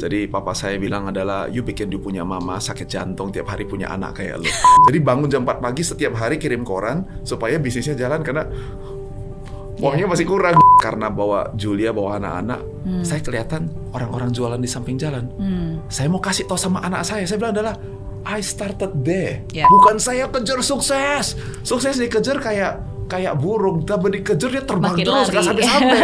Jadi papa saya bilang adalah, you bikin dia punya mama sakit jantung tiap hari punya anak kayak lu. Jadi bangun jam 4 pagi setiap hari kirim koran supaya bisnisnya jalan karena uangnya masih kurang. Karena bawa Julia, bawa anak-anak, saya kelihatan orang-orang jualan di samping jalan. Saya mau kasih tahu sama anak saya bilang adalah, I started there. Bukan saya kejar sukses. Sukses dikejar kayak burung, tapi dikejar dia terbang makin terus, nggak sampai-sampai.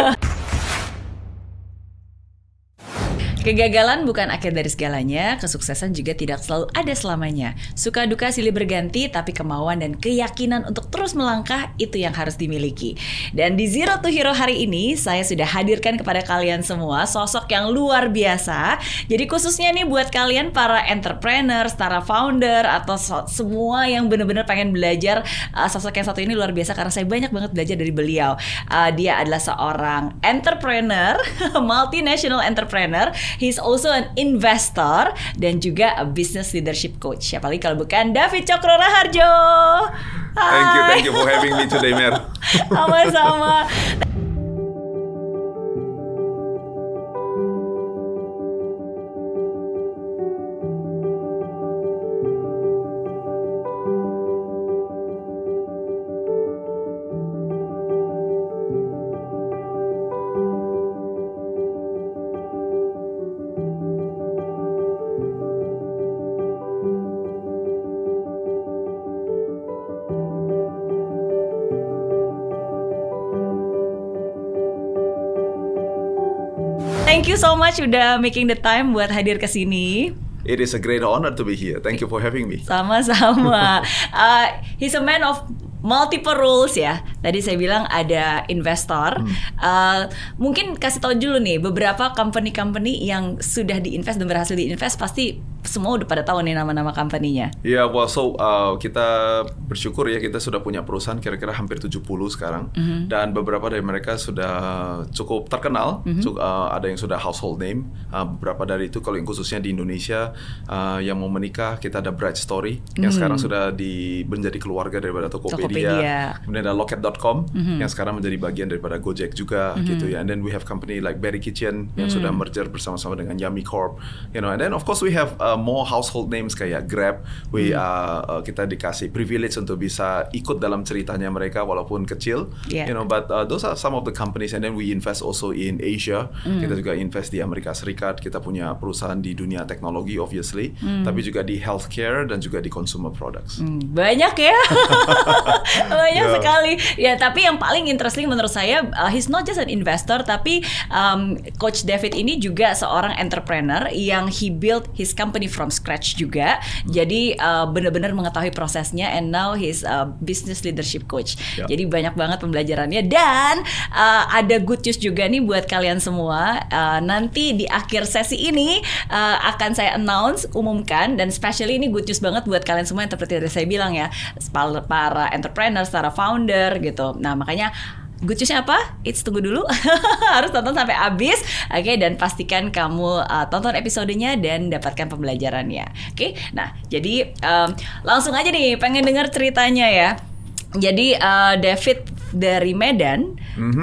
Kegagalan bukan akhir dari segalanya, kesuksesan juga tidak selalu ada selamanya. Suka duka silih berganti, tapi kemauan dan keyakinan untuk terus melangkah itu yang harus dimiliki. Dan di Zero to Hero hari ini, saya sudah hadirkan kepada kalian semua sosok yang luar biasa. Jadi khususnya nih buat kalian para entrepreneur, para founder, atau semua yang benar-benar pengen belajar, sosok yang satu ini luar biasa karena saya banyak banget belajar dari beliau. Dia adalah seorang entrepreneur, multinational entrepreneur. He's also an investor dan juga a business leadership coach. Siapa lagi kalau bukan David Cokro Raharjo. Thank you for having me today, Mer. Sama-sama. Thank you so much udah making the time buat hadir ke sini. It is a great honor to be here. Thank you for having me. Sama-sama. He's a man of multiple roles ya. Tadi saya bilang ada investor. Mungkin kasih tahu dulu nih beberapa company-company yang sudah diinvest dan berhasil diinvest, pasti semua udah pada tahu nih nama-nama company-nya. Ya, kita bersyukur ya kita sudah punya perusahaan kira-kira hampir 70 sekarang. Dan beberapa dari mereka sudah cukup terkenal. Ada yang sudah household name. Beberapa dari itu kalau yang khususnya di Indonesia yang mau menikah, kita ada Bright Story yang sekarang sudah menjadi keluarga daripada Tokopedia. Kemudian ada Locket.com yang sekarang menjadi bagian daripada Gojek juga gitu ya. And then we have company like Berry Kitchen yang sudah merger bersama-sama dengan Yummy Corp. You know, and then of course we have more household names kayak Grab. Kita dikasih privilege untuk bisa ikut dalam ceritanya mereka walaupun kecil. You know, but those are some of the companies. And then we invest also in Asia. Kita juga invest di Amerika Serikat. Kita punya perusahaan di dunia teknologi obviously, tapi juga di healthcare dan juga di consumer products. Banyak ya. Banyak sekali. Ya, tapi yang paling interesting menurut saya, he's not just an investor, tapi Coach David ini juga seorang entrepreneur yang he built his company from scratch juga. Jadi benar-benar mengetahui prosesnya, and now he's a business leadership coach. Jadi banyak banget pembelajarannya, dan ada good news juga nih buat kalian semua. Nanti di akhir sesi ini akan saya umumkan, dan especially ini good news banget buat kalian semua yang seperti tadi saya bilang ya, para entrepreneur, para founder gitu. Nah, makanya good newsnya apa? Tunggu dulu. Harus tonton sampai habis. Oke, dan pastikan kamu tonton episodenya dan dapatkan pembelajarannya. Oke, nah jadi langsung aja nih, pengen dengar ceritanya ya. Jadi David dari Medan,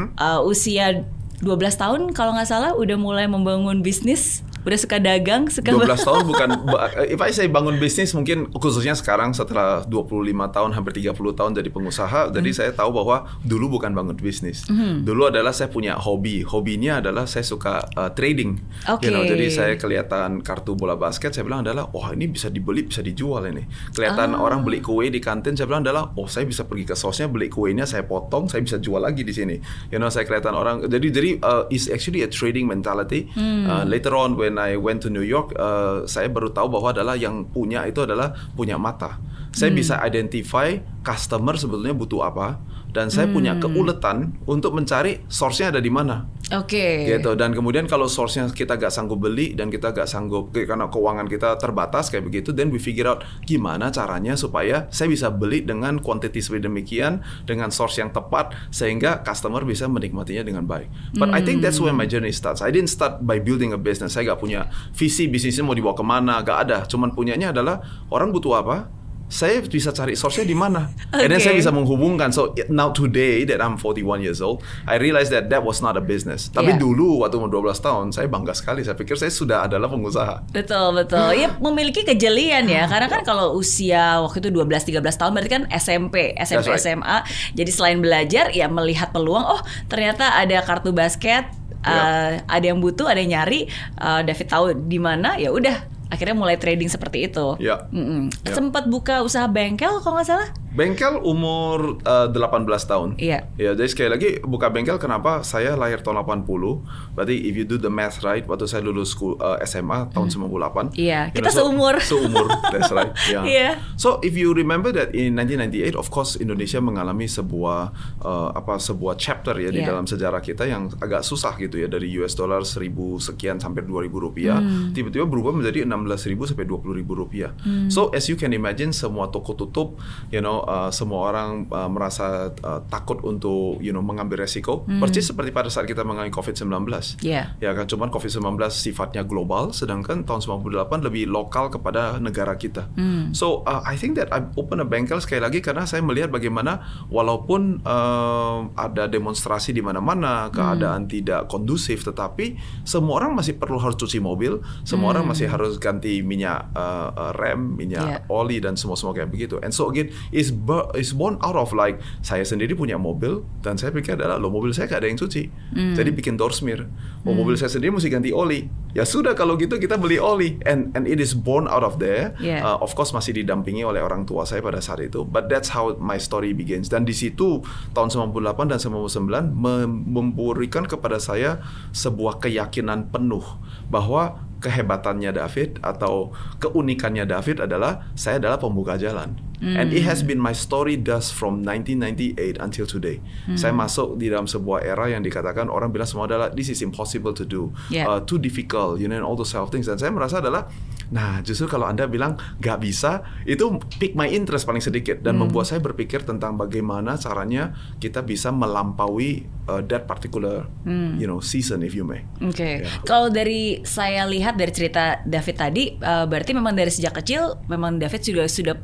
usia 12 tahun kalau nggak salah udah mulai membangun bisnis. Udah suka dagang, 12 tahun bukan, if I say bangun bisnis mungkin khususnya sekarang setelah 25 tahun, hampir 30 tahun jadi pengusaha, jadi saya tahu bahwa dulu bukan bangun bisnis. Dulu adalah saya punya hobinya adalah saya suka trading. You know, jadi saya kelihatan kartu bola basket, saya bilang adalah, wah ini bisa dibeli, bisa dijual ini. Kelihatan orang beli kue di kantin, saya bilang adalah, oh saya bisa pergi ke sosnya, beli kuenya, saya potong, saya bisa jual lagi di sini. You know, saya kelihatan orang, jadi it's actually a trading mentality. Later on when I went to New York, saya baru tahu bahwa adalah yang punya itu adalah punya mata. Saya bisa identify customer sebetulnya butuh apa, dan saya punya keuletan untuk mencari source-nya ada di mana. Gitu. Dan kemudian kalau source-nya kita gak sanggup beli dan kita gak sanggup karena keuangan kita terbatas kayak begitu, then we figure out gimana caranya supaya saya bisa beli dengan quantity sedemikian dengan source yang tepat sehingga customer bisa menikmatinya dengan baik. But I think that's where my journey starts. I didn't start by building a business. Saya gak punya visi bisnisnya mau dibawa kemana, gak ada. Cuman punyanya adalah orang butuh apa, saya bisa cari source-nya di mana. And then saya bisa menghubungkan. So now today that I'm 41 years old, I realize that was not a business. Tapi dulu waktu umur 12 tahun, saya bangga sekali. Saya pikir saya sudah adalah pengusaha. Betul. Ya memiliki kejelian ya. Karena kan kalau usia waktu itu 12-13 tahun berarti kan SMP right. SMA. Jadi selain belajar ya melihat peluang, oh ternyata ada kartu basket, ada yang butuh, ada yang nyari, David tahu di mana, ya udah. Akhirnya mulai trading seperti itu. Sempat buka usaha bengkel kalau nggak salah? Bengkel umur 18 tahun. Iya. Ya, jadi sekali lagi buka bengkel kenapa? Saya lahir tahun 80. Berarti if you do the math right, waktu saya lulus SMA tahun 98. Iya, kita seumur. Seumur, that's right. Yeah. So if you remember that in 1998, of course Indonesia mengalami sebuah chapter ya di dalam sejarah kita yang agak susah gitu ya, dari US dollar 1.000 sekian sampai 2.000 rupiah, tiba-tiba berubah menjadi 16.000 sampai 20.000 rupiah. So as you can imagine, semua toko tutup, semua orang merasa takut untuk mengambil resiko. Persis seperti pada saat kita mengalami COVID-19. Ya kan, cuman COVID-19 sifatnya global, sedangkan tahun 98 lebih lokal kepada negara kita. So I think that I open a bengkel sekali lagi karena saya melihat bagaimana walaupun ada demonstrasi di mana-mana, keadaan tidak kondusif, tetapi semua orang masih perlu harus cuci mobil, semua orang masih harus ganti minyak rem, minyak oli dan semua kayak begitu. And so again is born out of like saya sendiri punya mobil dan saya pikir adalah mobil saya gak ada yang cuci, jadi bikin door smear. Mobil saya sendiri mesti ganti oli. Ya sudah kalau gitu kita beli oli, and it is born out of there. Of course masih didampingi oleh orang tua saya pada saat itu, but that's how my story begins. Dan di situ tahun 98 dan 99 memberikan kepada saya sebuah keyakinan penuh bahwa kehebatannya David atau keunikannya David adalah saya adalah pembuka jalan. And it has been my story thus from 1998 until today. Saya masuk di dalam sebuah era yang dikatakan orang bilang semua adalah this is impossible to do, too difficult, and all those self things. Dan saya merasa adalah, nah justru kalau Anda bilang gak bisa, itu pique my interest paling sedikit dan membuat saya berpikir tentang bagaimana caranya kita bisa melampaui that particular season, if you may. Kalau dari saya lihat dari cerita David tadi, berarti memang dari sejak kecil memang David sudah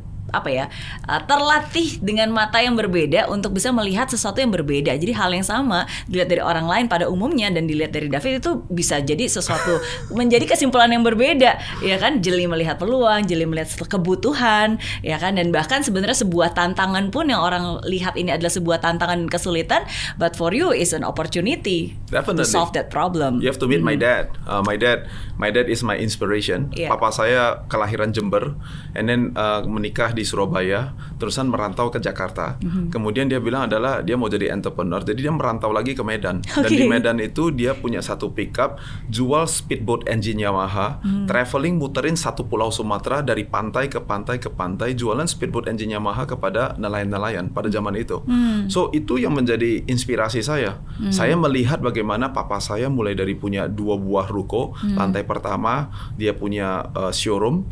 terlatih dengan mata yang berbeda untuk bisa melihat sesuatu yang berbeda. Jadi hal yang sama dilihat dari orang lain pada umumnya dan dilihat dari David itu bisa jadi sesuatu menjadi kesimpulan yang berbeda, ya kan? Jeli melihat peluang, jeli melihat kebutuhan, ya kan? Dan bahkan sebenarnya sebuah tantangan pun yang orang lihat ini adalah sebuah tantangan kesulitan, but for you is an opportunity to solve that problem. You have to meet my dad. My dad is my inspiration. Papa saya kelahiran Jember, and then menikah di Surabaya, terusan merantau ke Jakarta. Kemudian dia bilang adalah dia mau jadi entrepreneur, jadi dia merantau lagi ke Medan. Dan di Medan itu dia punya satu pickup, jual speedboat engine Yamaha, traveling muterin satu pulau Sumatera dari pantai ke pantai ke pantai, jualan speedboat engine Yamaha kepada nelayan-nelayan pada zaman itu. So itu yang menjadi inspirasi saya. Saya melihat bagaimana papa saya mulai dari punya 2 buah ruko, lantai pertama dia punya showroom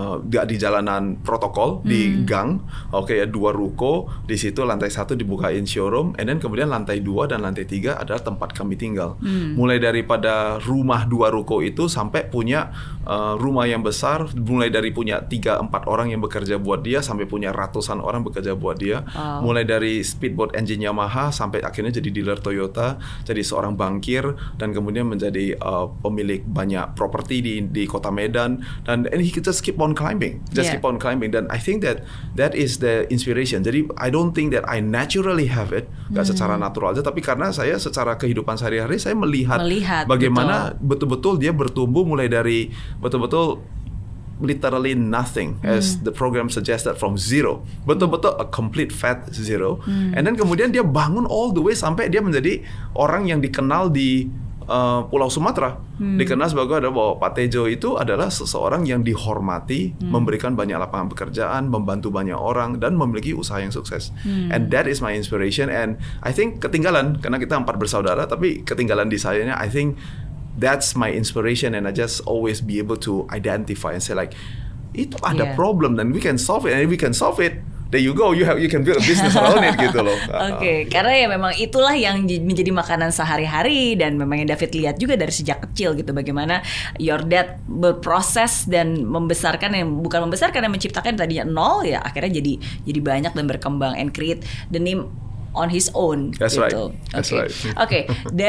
di jalanan protokol di gang, 2 ruko di situ, lantai 1 dibukain showroom, and then kemudian lantai 2 dan lantai 3 adalah tempat kami tinggal. Mulai daripada rumah 2 ruko itu sampai punya rumah yang besar, mulai dari punya 3-4 orang yang bekerja buat dia sampai punya ratusan orang bekerja buat dia. Mulai dari speedboat engine Yamaha sampai akhirnya jadi dealer Toyota, jadi seorang bankir dan kemudian menjadi pemilik banyak properti di kota Medan, and he just keep on climbing, keep on climbing. Dan I think that is the inspiration. Jadi I don't think that I naturally have it, gak secara natural aja, tapi karena saya secara kehidupan sehari-hari saya melihat bagaimana betul-betul dia bertumbuh mulai dari betul-betul literally nothing, as the program suggested, from zero, betul-betul a complete fat zero, and then kemudian dia bangun all the way sampai dia menjadi orang yang dikenal di Pulau Sumatera, dikenal sebagai bahwa Pak Tejo itu adalah seseorang yang dihormati, memberikan banyak lapangan pekerjaan, membantu banyak orang dan memiliki usaha yang sukses. And that is my inspiration. And I think ketinggalan karena kita 4 bersaudara, tapi ketinggalan di sayanya. I think that's my inspiration, and I just always be able to identify and say like, itu ada problem dan we can solve it, and if we can solve it, there you go, you can build a business around it gitu loh. Oke, karena ya memang itulah yang menjadi makanan sehari-hari dan memang yang David lihat juga dari sejak kecil gitu, bagaimana your dad berproses dan membesarkan, yang bukan membesarkan, yang menciptakan tadinya nol ya akhirnya jadi banyak dan berkembang and create the name on his own. That's gitu. right. That's right. Oke,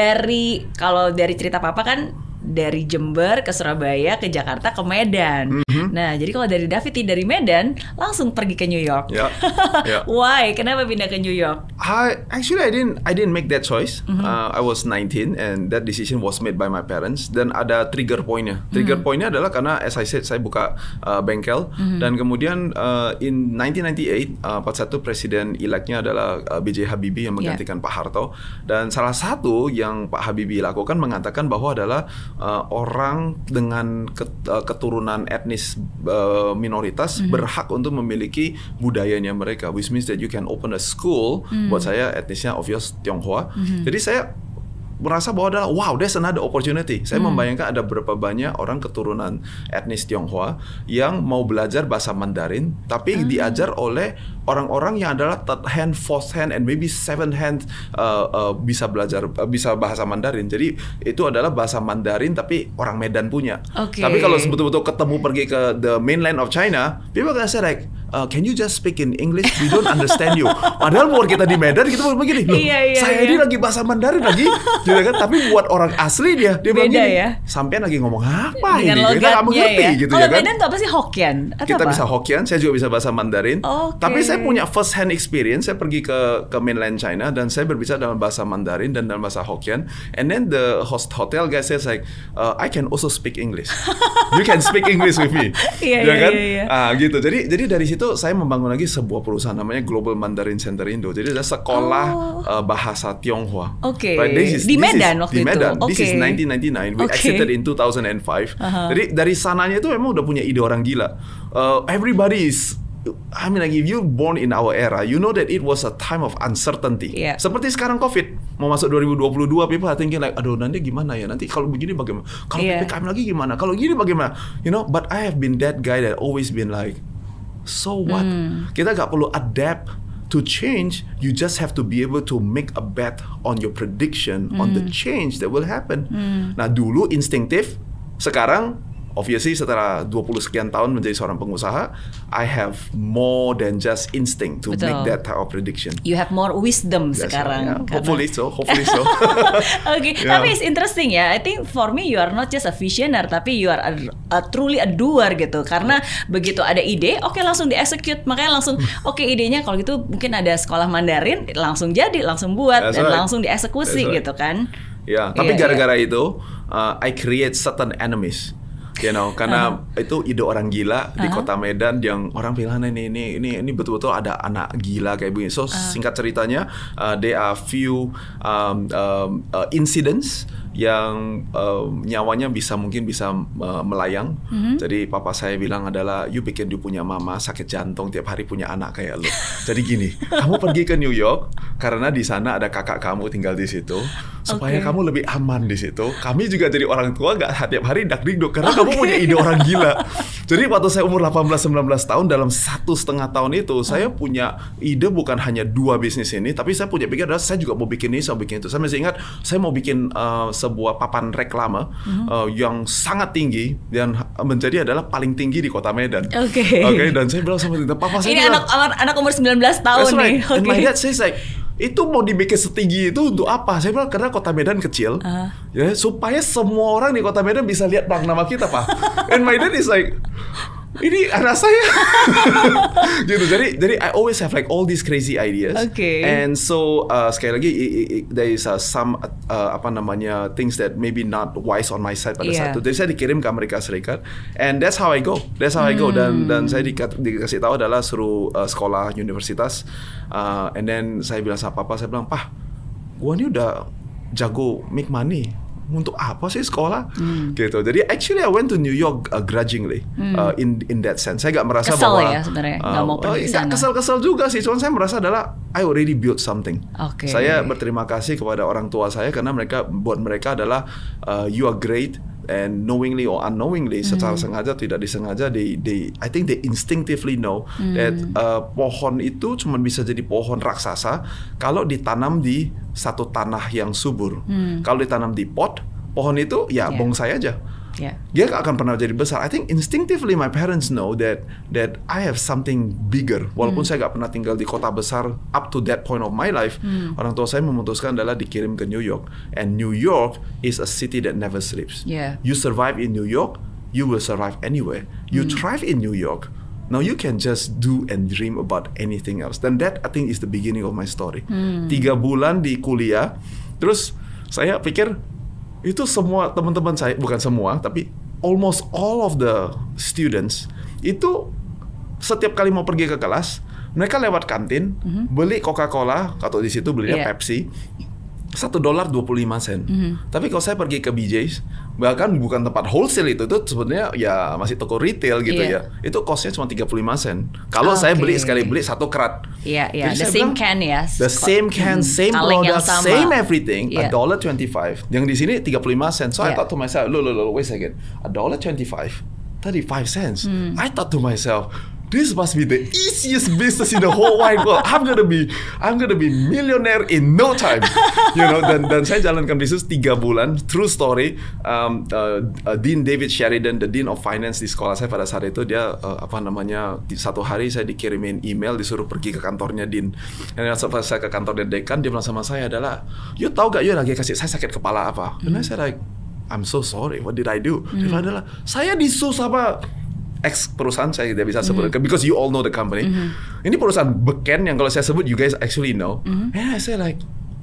kalau dari cerita Papa kan dari Jember ke Surabaya ke Jakarta ke Medan. Nah, jadi kalau dari David dari Medan langsung pergi ke New York. Yeah. Why? Kenapa pindah ke New York? I didn't make that choice. I was 19 and that decision was made by my parents. Dan ada trigger point-nya. Trigger point-nya adalah karena as I said saya buka bengkel dan kemudian in 1998 pada satu presiden electnya adalah B.J. Habibie yang menggantikan Pak Harto, dan salah satu yang Pak Habibie lakukan mengatakan bahwa adalah orang dengan keturunan etnis minoritas berhak untuk memiliki budayanya mereka, which means that you can open a school. Buat saya etnisnya obvious Tionghoa. Jadi saya merasa bahwa adalah wow, there's another opportunity. Saya membayangkan ada berapa banyak orang keturunan etnis Tionghoa yang mau belajar bahasa Mandarin, tapi diajar oleh orang-orang yang adalah third hand, fourth hand, and maybe seventh hand bisa bahasa Mandarin. Jadi itu adalah bahasa Mandarin tapi orang Medan punya. Tapi kalau betul-betul ketemu pergi ke the mainland of China, people gonna say like, can you just speak in English? We don't understand you. Padahal buat kita di Medan kita begini, loh, saya ini lagi bahasa Mandarin lagi, gitu kan? Tapi buat orang asli dia bilang gini, sampean lagi ngomong apa ini? Kita nggak mengerti, gitu ya kan? Medan itu apa sih, Hokkien? Kita bisa Hokkien, saya juga bisa bahasa Mandarin. Tapi saya punya first hand experience. Saya pergi ke mainland China dan saya berbicara dalam bahasa Mandarin dan dalam bahasa Hokkien. And then the hotel guy says like, I can also speak English. You can speak English with me, ya kan? Gitu. Jadi dari situ saya membangun lagi sebuah perusahaan namanya Global Mandarin Center Indo. Jadi ada sekolah bahasa Tionghoa. Di Medan waktu itu. This is 1999. We exited in 2005. Jadi dari sananya itu memang udah punya ide orang gila. Everybody is, I mean, like if you born in our era, you know that it was a time of uncertainty. Seperti sekarang COVID mau masuk 2022, people are thinking like, aduh nanti gimana ya, nanti kalau begini bagaimana, kalau PPKM lagi gimana, kalau gini bagaimana, you know. But I have been that guy that always been like, so what? Kita gak perlu adapt to change. You just have to be able to make a bet on your prediction on the change that will happen. Nah dulu instinktif, sekarang obviously setelah 20 sekian tahun menjadi seorang pengusaha, I have more than just instinct to make that type of prediction. You have more wisdom sekarang. Hopefully so. Tapi it's interesting ya. I think for me you are not just a visionary, tapi you are truly a doer gitu. Karena begitu ada ide, langsung di-execute. Makanya langsung idenya kalau gitu mungkin ada sekolah Mandarin, langsung jadi, langsung buat dan langsung dieksekusi gitu kan. Tapi gara-gara itu I create certain enemies. You know, karena itu ide orang gila di kota Medan yang orang bilang ini betul-betul ada anak gila kayak begini. So singkat ceritanya, there are few incidents yang nyawanya mungkin bisa melayang. Jadi papa saya bilang adalah, you bikin you punya mama sakit jantung tiap hari punya anak kayak lu. Jadi gini, kamu pergi ke New York karena di sana ada kakak kamu tinggal di situ, supaya kamu lebih aman di situ. Kami juga jadi orang tua gak tiap hari dak-dikduk karena kamu punya ide orang gila. Jadi waktu saya umur 18-19 tahun, dalam 1,5 tahun itu saya punya ide bukan hanya 2 bisnis ini, tapi saya punya pikir adalah saya juga mau bikin ini, saya mau bikin itu. Saya masih ingat saya mau bikin sebuah papan reklame yang sangat tinggi dan menjadi adalah paling tinggi di kota Medan. Dan saya bilang sama papa saya, ini anak umur 19 tahun nih. And my dad says like, itu mau dibikin setinggi itu untuk apa? Saya bilang karena kota Medan kecil, ya supaya semua orang di kota Medan bisa lihat nama kita, Pak. And my dad is like, ini anak saya. Gitu. Jadi I always have like all these crazy ideas. And so sekali lagi there is some things that maybe not wise on my side pada saat itu. Jadi saya dikirim ke Amerika Serikat, and that's how I go. Dan saya dikasih tahu adalah suruh sekolah universitas. And then saya bilang sama papa, saya bilang, "Pah, gua ini udah jago make money. Untuk apa sih sekolah?" Gitu. Jadi actually I went to New York grudgingly in that sense. Saya gak merasa kesel bahwa ya sebenarnya gak mau pergi sana. Kesel juga sih. Cuman saya merasa adalah I already built something. Saya berterima kasih kepada orang tua saya karena buat mereka adalah you are great. and knowingly or unknowingly, secara sengaja tidak disengaja, I think they instinctively know that pohon itu cuma bisa jadi pohon raksasa kalau ditanam di satu tanah yang subur. Kalau ditanam di pot, pohon itu ya bonsai aja. Dia gak akan pernah jadi besar. I think instinctively my parents know that I have something bigger. Walaupun saya gak pernah tinggal di kota besar up to that point of my life, orang tua saya memutuskan adalah dikirim ke New York. And New York is a city that never sleeps. You survive in New York, you will survive anywhere. You thrive in New York. Now you can just do and dream about anything else. Then that I think is the beginning of my story. 3 bulan di kuliah, terus saya pikir itu semua teman-teman saya, bukan semua, tapi almost all of the students itu setiap kali mau pergi ke kelas, mereka lewat kantin, beli Coca-Cola, atau di situ belinya Pepsi, $1.25. Tapi kalau saya pergi ke BJ's, bahkan bukan tempat wholesale itu sebenarnya ya masih toko retail gitu ya. Itu costnya cuma 35 sen. Kalau saya beli sekali beli 1 kerat. The same can ya. The same can, same product, same everything. $1.25. Yang di sini 35 sen. So I thought to myself, look, wait a second. $1.25, 35 cents. I thought to myself, this must be the easiest business in the whole wide world. I'm gonna be millionaire in no time. You know, dan saya jalankan bisnis 3 bulan. True story. Dean David Sheridan, the Dean of Finance di sekolah saya pada saat itu, dia satu hari saya dikirimin email disuruh pergi ke kantornya Dean. Dan setelah saya ke kantor dekan, dia bilang sama saya adalah, you tahu gak you lagi kasih saya sakit kepala apa? Dan saya like, I'm so sorry. What did I do? Dia bilang adalah, saya disuruh sama ex perusahaan, saya tidak bisa sebut because you all know the company. Ini perusahaan beken yang kalau saya sebut you guys actually know. And I say like,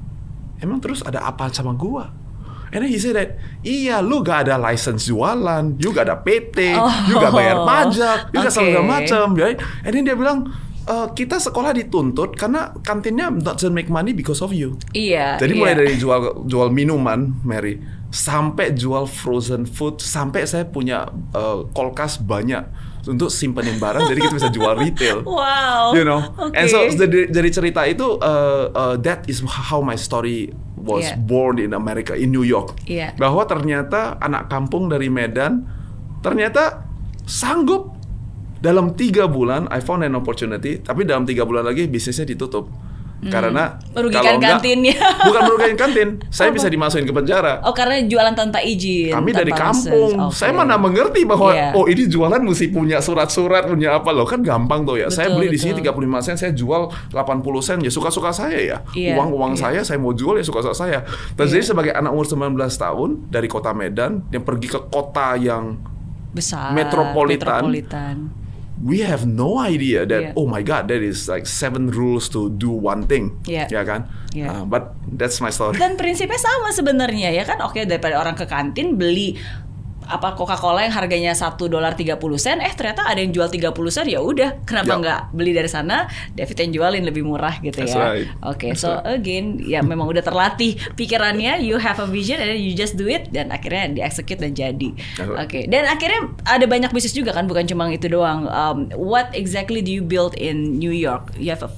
emang terus ada apa sama gua? And then he said that, iya, lu gak ada license jualan, you gak ada PT, you gak bayar pajak, you gak segala macam, right? And then dia bilang, kita sekolah dituntut karena kantinnya doesn't make money because of you. Jadi mulai dari jual minuman, Mary, sampai jual frozen food, sampai saya punya kulkas banyak untuk simpenin barang, jadi kita bisa jual retail. Wow. You know. And so dari cerita itu, that is how my story was born in America, in New York. Bahwa ternyata anak kampung dari Medan ternyata sanggup. Dalam 3 bulan, I found an opportunity. Tapi dalam 3 bulan lagi bisnisnya ditutup. Karena merugikan kantinnya. Bukan merugikan kantin. Saya bisa dimasukin ke penjara. Karena jualan tanpa izin. Kami dari kampung. Saya mana mengerti bahwa ini jualan mesti punya surat-surat, punya apa loh. Kan gampang tuh ya. Saya beli di sini 35 sen, saya jual 80 sen. Ya suka-suka saya ya. Uang saya mau jual ya suka-suka saya. Dan jadi sebagai anak umur 19 tahun dari kota Medan yang pergi ke kota yang besar, metropolitan. We have no idea that oh my God, there is like 7 rules to do one thing, ya kan? But that's my story. Dan prinsipnya sama sebenarnya ya kan? Oke, daripada orang ke kantin beli Coca-Cola yang harganya $1.30, ternyata ada yang jual 30 sen, ya udah, kenapa nggak beli dari sana? David yang jualin lebih murah gitu. That's right. So again, ya memang udah terlatih pikirannya, you have a vision and then you just do it, dan akhirnya di-execute dan jadi. Dan akhirnya ada banyak bisnis juga kan, bukan cuma itu doang. What exactly do you build in New York? You have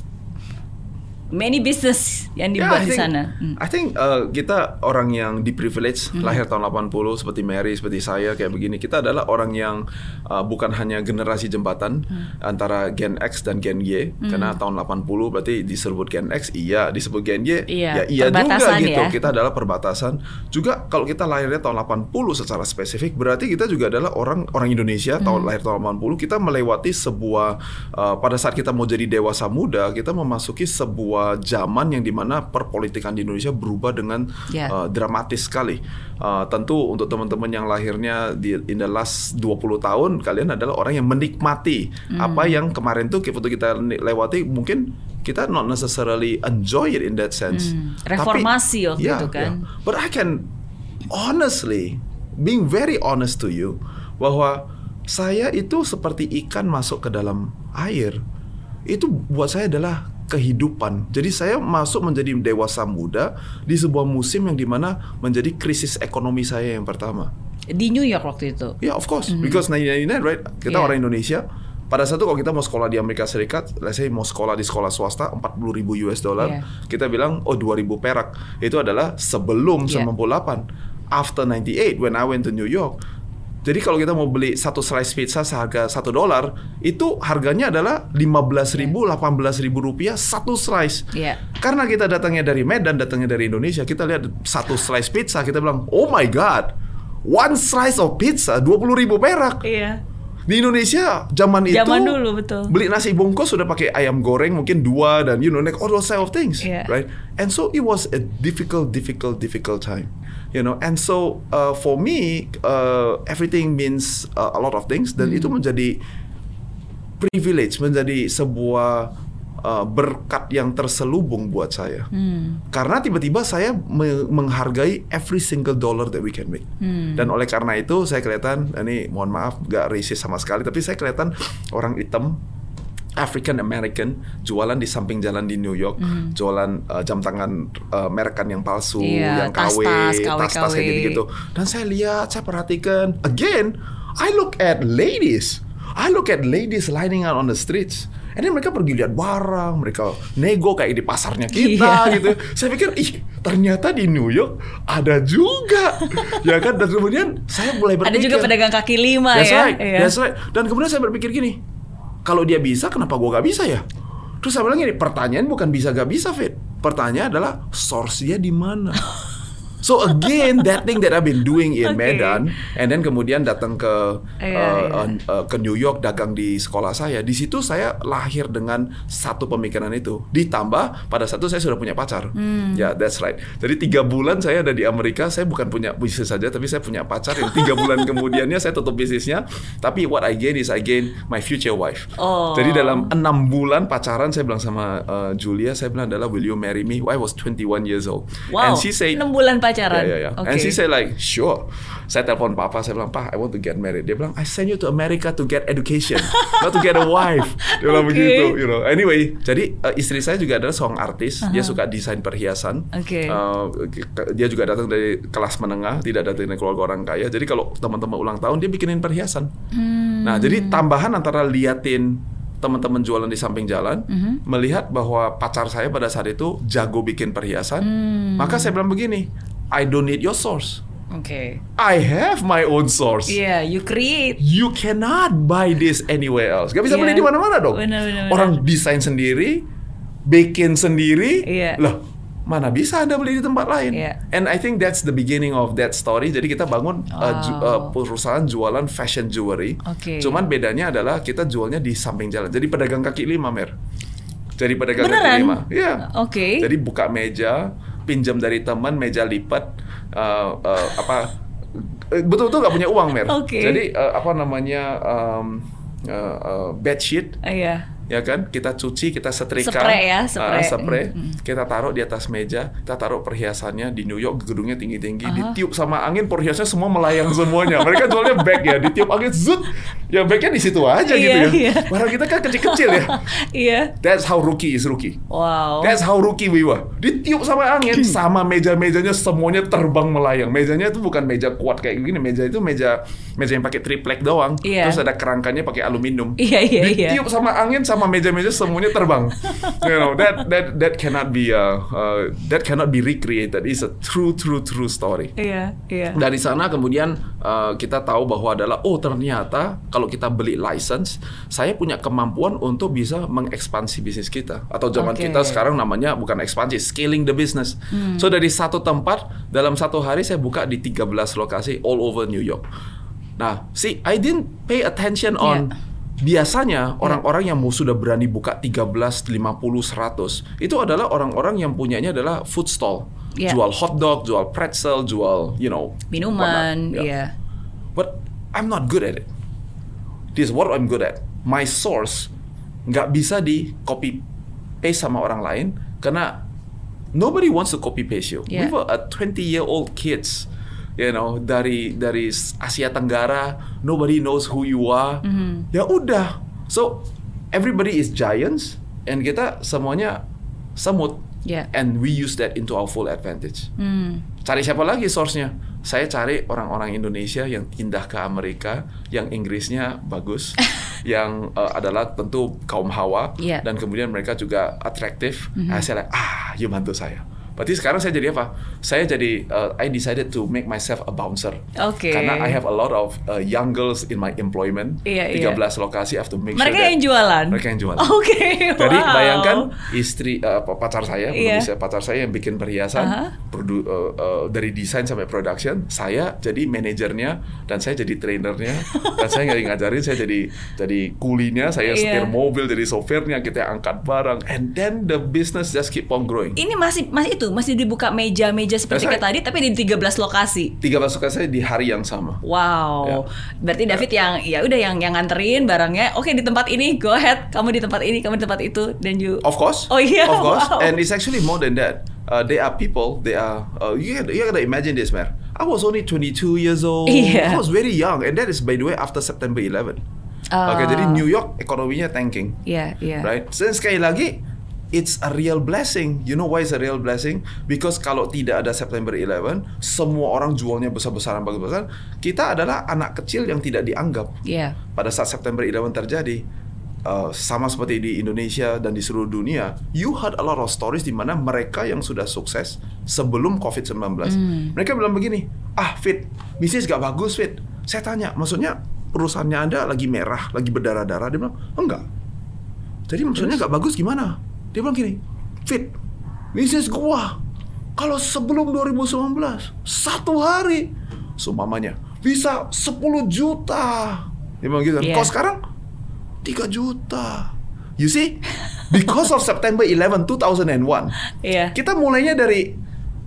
many business yang dibuat di sana. I think kita orang yang di-privilege, lahir tahun 80 seperti Mary, seperti saya kayak begini. Kita adalah orang yang bukan hanya generasi jembatan antara Gen X dan Gen Y. Karena tahun 80 berarti disebut Gen X, disebut Gen Y, iya juga gitu. Kita adalah perbatasan. Juga kalau kita lahirnya tahun 80 secara spesifik, berarti kita juga adalah orang Indonesia lahir tahun 80. Kita melewati sebuah pada saat kita mau jadi dewasa muda, kita memasuki sebuah zaman yang dimana perpolitikan di Indonesia berubah dengan dramatis sekali. Tentu untuk teman-teman yang lahirnya in the last 20 tahun, kalian adalah orang yang menikmati apa yang kemarin tuh waktu kita lewati, mungkin kita not necessarily enjoy it in that sense. Reformasi waktu itu kan. But I can honestly, being very honest to you, bahwa saya itu seperti ikan masuk ke dalam air. Itu buat saya adalah kehidupan. Jadi saya masuk menjadi dewasa muda di sebuah musim yang dimana menjadi krisis ekonomi saya yang pertama. Di New York waktu itu? Yeah, of course. Because 1999, right? Kita orang Indonesia. Pada saat itu kalau kita mau sekolah di Amerika Serikat, let's say mau sekolah di sekolah swasta, $40,000 US. Kita bilang, 2.000 perak. Itu adalah sebelum 98. after 98 when I went to New York. Jadi kalau kita mau beli satu slice pizza seharga $1, itu harganya adalah 15.000, 18.000 rupiah satu slice. Karena kita datangnya dari Medan, datangnya dari Indonesia, kita lihat satu slice pizza, kita bilang, oh my god, one slice of pizza 20.000 perak. Di Indonesia zaman dulu betul. Beli nasi bungkus sudah pakai ayam goreng mungkin 2 dan like all those type of things, right? And so it was a difficult time, And so for me everything means a lot of things dan itu menjadi privilege, menjadi sebuah berkat yang terselubung buat saya. Karena tiba-tiba saya menghargai every single dollar that we can make. Dan oleh karena itu saya kelihatan, ini mohon maaf gak racist sama sekali, tapi saya kelihatan orang hitam African American jualan di samping jalan di New York, jualan jam tangan merekan yang palsu, yang KW, tas-tas kayak gitu-gitu. Dan saya lihat, saya perhatikan, again, I look at ladies lining out on the streets. And then mereka pergi lihat barang, mereka nego kayak di pasarnya kita gitu. Saya pikir, ternyata di New York ada juga, ya kan? Dan kemudian saya mulai berpikir, ada juga pedagang kaki lima, That's right. Dan kemudian saya berpikir gini, kalau dia bisa, kenapa gua gak bisa ya? Terus saya bilang gini, pertanyaan bukan bisa gak bisa, Fit. Pertanyaan adalah source-nya di mana? So again, that thing that I've been doing in Medan, and then kemudian datang ke New York, dagang di sekolah saya. Di situ saya lahir dengan satu pemikiran itu. Ditambah pada saat itu saya sudah punya pacar. Ya, that's right. Jadi 3 bulan saya ada di Amerika, saya bukan punya bisnis saja, tapi saya punya pacar yang 3 bulan kemudiannya saya tutup bisnisnya. Tapi what I gain is I gain my future wife. Jadi dalam 6 bulan pacaran, saya bilang sama Julia, saya bilang adalah, will you marry me? I was 21 years old. Wow, and she said, 6 bulan pacaran. Okay. And she said like, sure. Saya telepon papa, saya bilang, "Pa, I want to get married." Dia bilang, "I send you to America to get education, not to get a wife." Dia bilang begitu, Anyway, jadi istri saya juga adalah seorang artis. Dia suka desain perhiasan. Dia juga datang dari kelas menengah, tidak datang dari keluarga orang kaya. Jadi kalau teman-teman ulang tahun, dia bikinin perhiasan. Nah, jadi tambahan antara liatin teman-teman jualan di samping jalan, melihat bahwa pacar saya pada saat itu jago bikin perhiasan, maka saya bilang begini, I don't need your source. I have my own source. You create. You cannot buy this anywhere else. Gak bisa beli di mana-mana dong. Benar. Orang desain sendiri, bikin sendiri, loh, mana bisa Anda beli di tempat lain? And I think that's the beginning of that story. Jadi kita bangun perusahaan jualan fashion jewelry. Cuman bedanya adalah kita jualnya di samping jalan. Jadi pedagang kaki lima, Mer. Jadi pedagang kaki lima. Jadi buka meja, pinjam dari teman, meja lipat, betul-betul nggak punya uang, Mer. Jadi bedsheet. Ya kan, kita cuci, kita setrika, spray, kita taruh di atas meja, kita taruh perhiasannya. Di New York gedungnya tinggi-tinggi, ditiup sama angin, perhiasannya semua melayang semuanya. Mereka jualnya bag ya, ditiup angin, zut, ya bagnya di situ aja gitu ya. Barang kita kan kecil-kecil ya. That's how rookie is rookie. Wow. That's how rookie we were. Ditiup sama angin, sama meja-mejanya semuanya terbang melayang. Mejanya itu bukan meja kuat kayak gini, meja itu meja yang pakai triplek doang. Terus ada kerangkanya pakai aluminium. Ditiup sama angin, sama meja-meja semuanya terbang. That cannot be recreated. It's a true story. Dari sana kemudian kita tahu bahwa adalah ternyata kalau kita beli license, saya punya kemampuan untuk bisa mengekspansi bisnis kita. Atau zaman kita sekarang namanya bukan ekspansi, scaling the business. So dari satu tempat dalam satu hari saya buka di 13 lokasi all over New York. Nah, I didn't pay attention on biasanya orang-orang yang sudah berani buka 13, 50, 100 itu adalah orang-orang yang punyanya adalah food stall, jual hotdog, jual pretzel, jual minuman, But I'm not good at it. This is what I'm good at. My source nggak bisa di copy paste sama orang lain karena nobody wants to copy paste you. We were a 20-year-old kids. Dari Asia Tenggara, nobody knows who you are. Ya udah, so everybody is giants, and kita semuanya semut, and we use that into our full advantage. Cari siapa lagi source-nya? Saya cari orang-orang Indonesia yang pindah ke Amerika, yang Inggrisnya bagus, yang adalah tentu kaum Hawa, dan kemudian mereka juga atraktif. Saya you bantu saya. Berarti sekarang saya jadi apa? Saya jadi I decided to make myself a bouncer. Karena I have a lot of young girls in my employment. 13 lokasi, I have to make mereka sure that yang jualan. Mereka yang jualan. Jadi bayangkan istri pacar saya, pacar saya yang bikin perhiasan, dari desain sampai production, saya jadi manajernya dan saya jadi trainernya dan saya ngajarin, saya jadi kulinya, saya setir mobil, jadi sopirnya, kita angkat barang, and then the business just keep on growing. Ini masih dibuka meja-meja seperti kayak tadi, tapi di 13 lokasi. 13 lokasi di hari yang sama. Wow. Berarti David yang ya udah yang nganterin barangnya. Oke, di tempat ini, go ahead. Kamu di tempat ini, kamu di tempat itu, dan you. Of course. Oh iya. Of course. Wow. And it's actually more than that. They are people. They are. You gotta imagine this, man. I was only 22 years old. I was very young, and that is, by the way, after September 11. Jadi New York ekonominya tanking. Right. Dan sekali lagi, it's a real blessing. You know why it's a real blessing? Because kalau tidak ada September 11, semua orang jualnya besar-besaran, bagus-besaran. Kita adalah anak kecil yang tidak dianggap. Pada saat September 11 terjadi, sama seperti di Indonesia dan di seluruh dunia, you heard a lot of stories di mana mereka yang sudah sukses sebelum COVID-19. Mereka bilang begini, Fit, bisnis gak bagus, Fit. Saya tanya, maksudnya perusahaannya Anda lagi merah, lagi berdarah-darah? Dia bilang, enggak. Jadi maksudnya gak bagus gimana? Dia bilang gini, Fit, bisnis gua kalau sebelum 2019 satu hari seumpamanya bisa 10 juta. Dia bilang gitu. Kalau sekarang 3 juta. You see? Because of September 11, 2001. Kita mulainya dari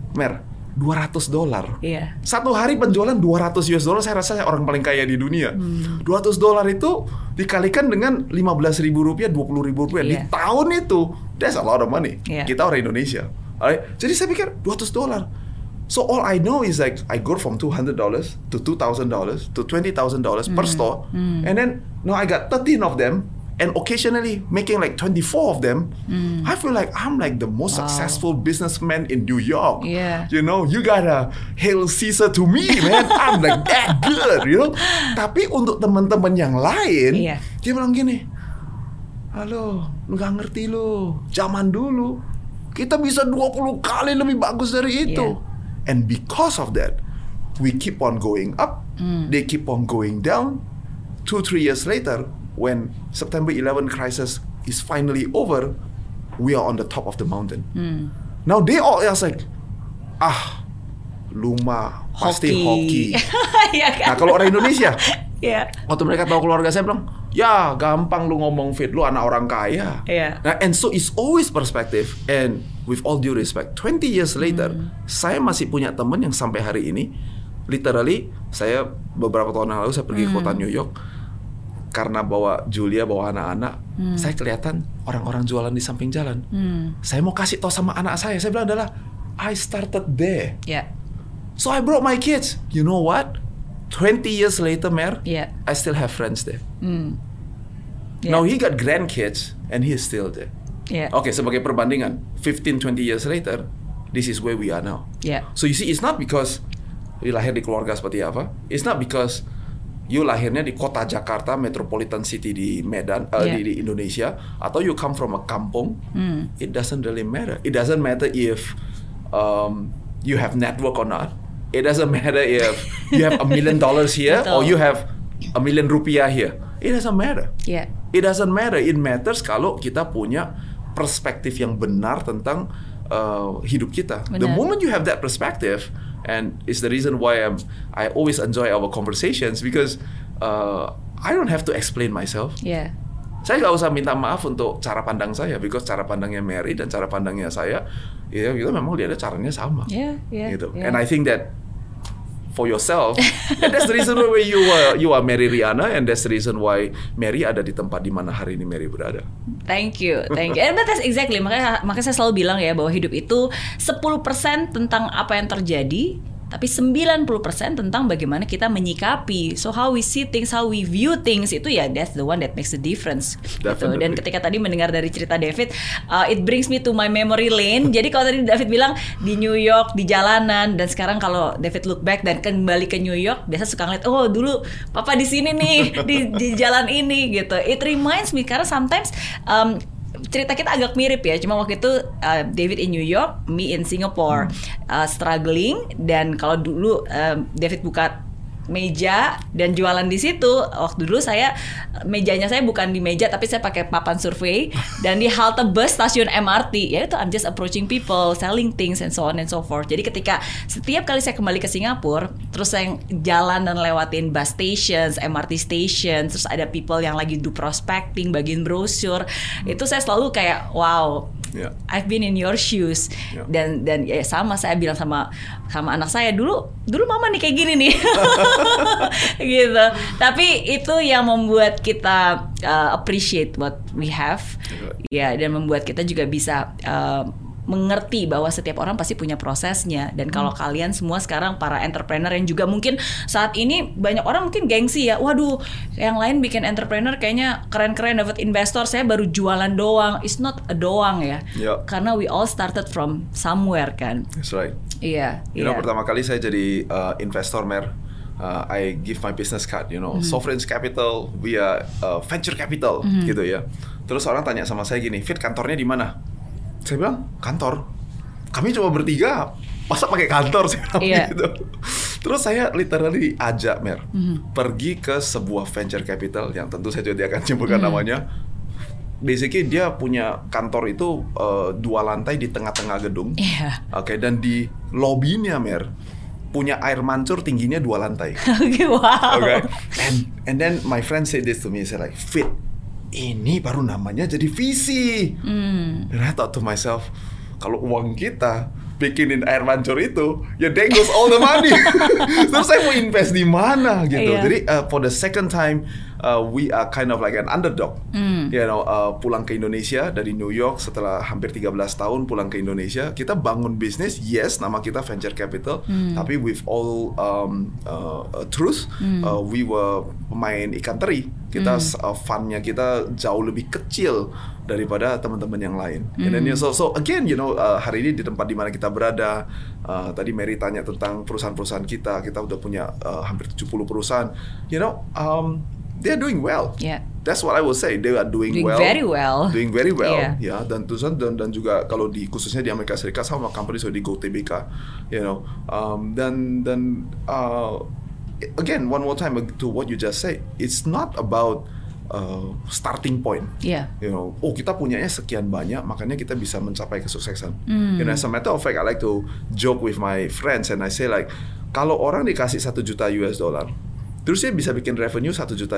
$200. Satu hari penjualan $200, saya rasa saya orang paling kaya di dunia. $200 itu dikalikan dengan Rp15.000, Rp20.000 di tahun itu. That's a lot of money. Kita orang Indonesia. Alright? Jadi saya pikir $200. So all I know is like I go from $200 to $2,000 to $20,000 per store, and then now I got 13 of them. And occasionally making like 24 of them, I feel like I'm like the most successful businessman in New York. You know, you gotta hail Caesar to me, man. I'm like that good, you know. Tapi untuk teman-teman yang lain, dia bilang gini, halo, lu gak ngerti lu. Zaman dulu, kita bisa 20 kali lebih bagus dari itu. And because of that, we keep on going up, they keep on going down. 2-3 years later, when September 11 crisis is finally over, we are on the top of the mountain. Now they all are like, lu mah pasti hoki. Nah kalau orang Indonesia, waktu mereka tahu keluarga saya bilang, ya gampang lu ngomong, Fit, lu anak orang kaya. Nah, and so it's always perspective. And with all due respect, 20 years later, saya masih punya teman yang sampai hari ini, literally, saya beberapa tahun yang lalu saya pergi ke kota New York, karena bawa Julia, bawa anak-anak, saya kelihatan orang-orang jualan di samping jalan. Saya mau kasih tahu sama anak saya bilang adalah, I started there. So I brought my kids. You know what? 20 years later, I still have friends there. Now he got grandkids and he is still there. Okay, sebagai perbandingan, 15-20 years later, this is where we are now. So you see, it's not because you lahir di keluarga seperti apa. It's not because you lahirnya di kota Jakarta, metropolitan city di Medan, di Indonesia, atau you come from a kampung. It doesn't really matter. It doesn't matter if you have network or not. It doesn't matter if you have $1 million here or you have $1 million here. It doesn't matter. It doesn't matter. It matters kalau kita punya perspektif yang benar tentang hidup kita. The moment you have that perspective, and it's the reason why I always enjoy our conversations, because I don't have to explain myself. Saya nggak usah minta maaf untuk cara pandang saya, because cara pandangnya Mary dan cara pandangnya saya, itu memang dia ada caranya sama. Gitu. And I think that for yourself, and that's the reason why you are Mary Riana, and that's the reason why Mary ada di tempat di mana hari ini Mary berada. Thank you. And that's exactly, makanya saya selalu bilang ya bahwa hidup itu 10% tentang apa yang terjadi, tapi 90% tentang bagaimana kita menyikapi. So how we see things, how we view things, itu ya that's the one that makes the difference. Gitu. Dan ketika tadi mendengar dari cerita David, it brings me to my memory lane. Jadi kalau tadi David bilang di New York, di jalanan, dan sekarang kalau David look back dan kembali ke New York, biasa suka ngeliat, oh dulu papa di sini nih, di jalan ini gitu. It reminds me, karena sometimes cerita kita agak mirip ya. Cuma waktu itu David in New York, me in Singapore, struggling. Dan kalau dulu David buka meja dan jualan di situ. Waktu dulu mejanya saya bukan di meja, tapi saya pakai papan survei dan di halte bus stasiun MRT. Ya itu I'm just approaching people, selling things and so on and so forth. Jadi ketika setiap kali saya kembali ke Singapura, terus saya jalan dan lewatin bus stations, MRT stations, terus ada people yang lagi do prospecting, bagiin brosur, itu saya selalu kayak wow. Yeah. I've been in your shoes. Yeah. Dan ya sama, saya bilang sama anak saya, dulu mama nih kayak gini nih. Gitu. Tapi itu yang membuat kita appreciate what we have. Ya, dan membuat kita juga bisa mengerti bahwa setiap orang pasti punya prosesnya. Dan kalau kalian semua sekarang para entrepreneur yang juga mungkin saat ini banyak orang mungkin gengsi ya, waduh yang lain bikin entrepreneur kayaknya keren-keren dapat investor, saya baru jualan doang. It's not a doang ya. Karena we all started from somewhere kan. That's right. Iya. You know, pertama kali saya jadi investor, Mer, I give my business card, you know, sovereign capital via venture capital, gitu ya. Terus orang tanya sama saya gini, Fit, kantornya di mana? Saya bilang, kantor. Kami cuma bertiga, masa pakai kantor sih? Gitu. Terus saya literally diajak, Mer, pergi ke sebuah venture capital yang tentu saja dia akan sebutkan namanya. Basically dia punya kantor itu 2 lantai di tengah-tengah gedung. Oke, dan di lobbynya, Mer, punya air mancur tingginya 2 lantai. Wow. Okay. And then my friend said this to me, say like, Fit, ini baru namanya jadi visi. And I thought to myself, kalau uang kita bikinin air mancur itu, ya there goes all the money. Terus saya mau invest di mana gitu. Jadi for the second time we are kind of like an underdog. You know, pulang ke Indonesia dari New York setelah hampir 13 tahun pulang ke Indonesia, kita bangun bisnis. Yes, nama kita venture capital, tapi with all truth, we were pemain ikan teri. Kita fundnya kita jauh lebih kecil daripada teman-teman yang lain. And then so again, you know, hari ini di tempat di mana kita berada, tadi Mary tanya tentang perusahaan-perusahaan kita udah punya hampir 70 perusahaan. You know, they're doing well. Yeah. That's what I will say. They are doing well. Very well. Doing very well. Yeah. Ya, dan juga kalau khususnya di Amerika Serikat sama company so di GoTBK, you know, dan again one more time to what you just said, it's not about starting point. You know, kita punyanya sekian banyak, makanya kita bisa mencapai kesuksesan. You know, as a matter of fact, I like to joke with my friends and I say like, kalau orang dikasih $1 juta, terus dia bisa bikin revenue $1 juta,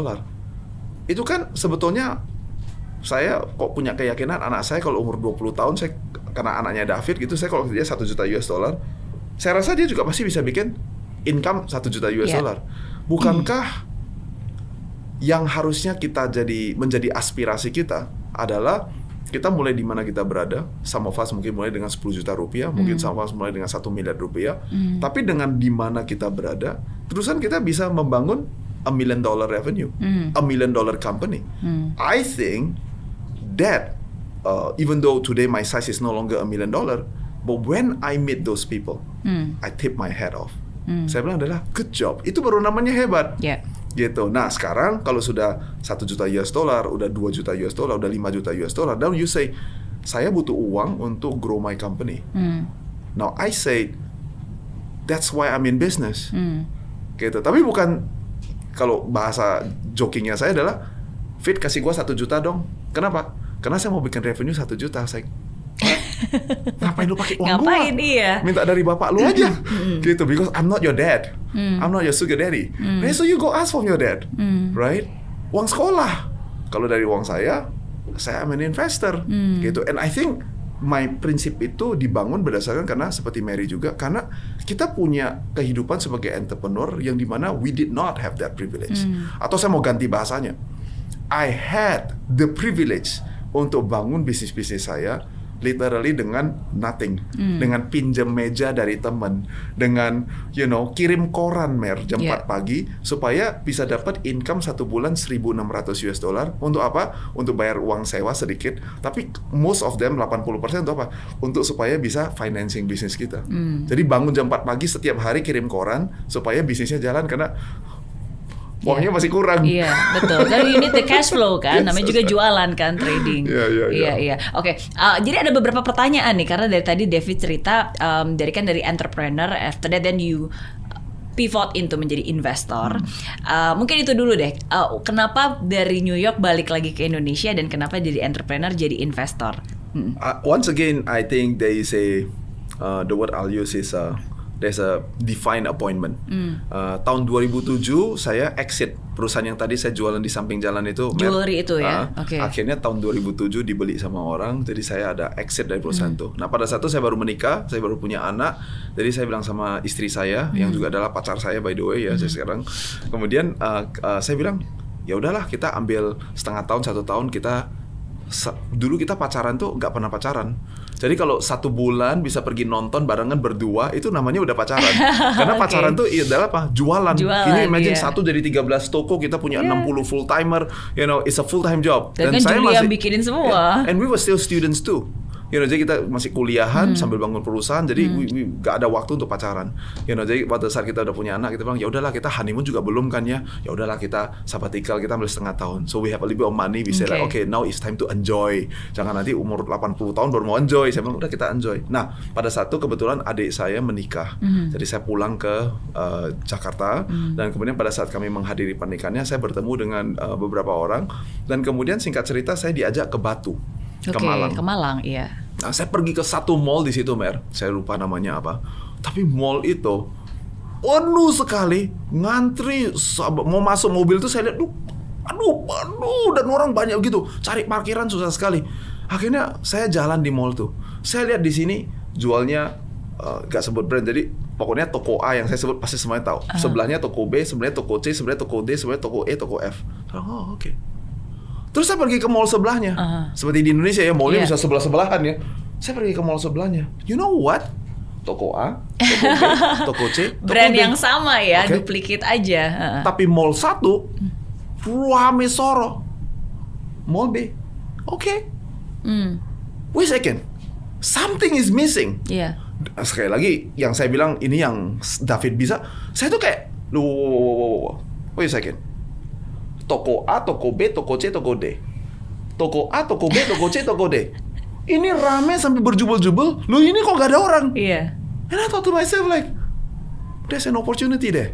itu kan sebetulnya saya kok punya keyakinan anak saya kalau umur 20 tahun, saya karena anaknya David gitu, saya kalau dia $1 juta, saya rasa dia juga pasti bisa bikin income $1 juta. Bukankah yang harusnya kita menjadi aspirasi kita adalah kita mulai di mana kita berada. Some of us mungkin mulai dengan 10 juta rupiah, mungkin some of us mulai dengan 1 miliar rupiah. Tapi dengan di mana kita berada, terusan kita bisa membangun $1 million revenue, $1 million company. I think that even though today my size is no longer $1 million, but when I meet those people, I tip my hat off. Saya bilang adalah good job. Itu baru namanya hebat. Gitu. Nah, sekarang kalau sudah $1 juta, udah $2 juta, udah $5 juta, then you say, saya butuh uang untuk grow my company. Now I say, that's why I'm in business. Gitu. Tapi bukan, kalau bahasa jokingnya saya adalah, Fit, kasih gua $1 juta dong. Kenapa? Karena saya mau bikin revenue $1 juta. Saya, ngapain lu pakai uang gua? Minta dari bapak lu aja. Gitu, because I'm not your dad. I'm not your sugar daddy. So you go ask from your dad. Right? Uang sekolah. Kalau dari uang saya am an investor. Gitu. And I think my prinsip itu dibangun berdasarkan karena seperti Mary juga, karena kita punya kehidupan sebagai entrepreneur yang dimana we did not have that privilege. Atau saya mau ganti bahasanya, I had the privilege untuk bangun bisnis-bisnis saya literally dengan nothing, dengan pinjam meja dari teman, dengan kirim koran jam 4 pagi supaya bisa dapat income 1 bulan $1,600 untuk apa? Untuk bayar uang sewa sedikit, tapi most of them 80% untuk apa? Untuk supaya bisa financing bisnis kita. Jadi bangun jam 4 pagi setiap hari kirim koran supaya bisnisnya jalan, karena uangnya masih kurang. Iya, betul. Kan you need the cash flow kan, namanya juga jualan kan, trading. Iya. Oke, jadi ada beberapa pertanyaan nih, karena dari tadi David cerita dari entrepreneur, after that then you pivot into menjadi investor. Mungkin itu dulu deh. Kenapa dari New York balik lagi ke Indonesia dan kenapa jadi entrepreneur, jadi investor? Once again, I think there is the word I'll use is there's a defined appointment. Tahun 2007 saya exit perusahaan yang tadi saya jualan di samping jalan itu. Jewelry itu ya. Akhirnya tahun 2007 dibeli sama orang, jadi saya ada exit dari perusahaan itu. Nah pada saat itu saya baru menikah, saya baru punya anak, jadi saya bilang sama istri saya yang juga adalah pacar saya by the way ya saya sekarang. Kemudian saya bilang ya udahlah kita ambil setengah tahun 1 tahun dulu kita pacaran tuh nggak pernah pacaran. Jadi kalau 1 bulan bisa pergi nonton barengan berdua itu namanya udah pacaran. Karena pacaran tuh adalah apa? Jualan. Ini imagine 1 dari 13 toko kita punya 60 full timer. You know, it's a full time job. Dan kan saya masih yang bikinin semua. And we were still students too. You know, jadi kita masih kuliahan sambil bangun perusahaan, jadi we gak ada waktu untuk pacaran. You know, jadi pada saat kita udah punya anak, kita bilang ya udahlah kita honeymoon juga belum kan ya. Ya udahlah kita sabbatical, kita ambil setengah tahun. So we have a little bit of money, we say like okay, now it's time to enjoy. Jangan nanti umur 80 tahun baru mau enjoy. Saya bilang udah kita enjoy. Nah, pada saat itu kebetulan adik saya menikah. Jadi saya pulang ke Jakarta dan kemudian pada saat kami menghadiri pernikahannya saya bertemu dengan beberapa orang dan kemudian singkat cerita saya diajak ke Batu. Ke Malang, iya. Nah, saya pergi ke satu mall di situ, Mer. Saya lupa namanya apa. Tapi mall itu penuh sekali, ngantri. Mau masuk mobil itu saya lihat, aduh, dan orang banyak gitu. Cari parkiran susah sekali. Akhirnya saya jalan di mall tuh. Saya lihat di sini jualnya gak sebut brand, jadi pokoknya toko A yang saya sebut pasti semuanya tahu. Sebelahnya toko B, sebelahnya toko C, sebelahnya toko D, sebelahnya toko E, toko F. Oh, oke. Terus saya pergi ke mall sebelahnya. Seperti di Indonesia ya, mallnya bisa sebelah-sebelahan ya. Saya pergi ke mall sebelahnya. You know what? Toko A, toko B, toko C, toko brand D. yang sama ya, duplicate aja. Tapi mall 1 rame soro. Mall B, oke. Wait a second, something is missing. Iya. Sekali lagi, yang saya bilang ini yang David bisa. Saya tuh kayak, wait a second. Toko A, toko B, toko C, toko D. Toko A, toko B, toko C, toko D. Ini rame sampai berjubel-jubel. Loh ini kok gak ada orang? Iya. And I thought to myself like, there's an opportunity deh.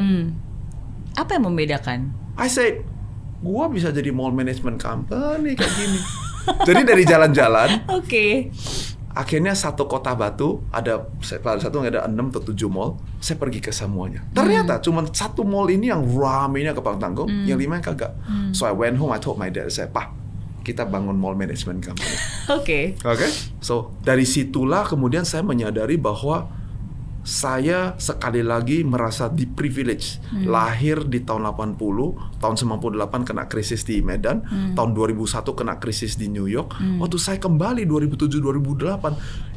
Apa yang membedakan? I said, gua bisa jadi mall management company kayak gini. Jadi dari jalan-jalan. Akhirnya satu kota Batu pada satu ada 6 atau 7 mall. Saya pergi ke semuanya. Ternyata cuma satu mall ini yang ramenya kepala tanggung, yang 5 yang kagak. So I went home, I told my dad, saya, "Pak, kita bangun mall management company." Oke. So dari situlah kemudian saya menyadari bahwa saya sekali lagi merasa di privilege. Lahir di tahun 80, tahun 98 kena krisis di Medan, tahun 2001 kena krisis di New York. Waktu saya kembali 2007-2008,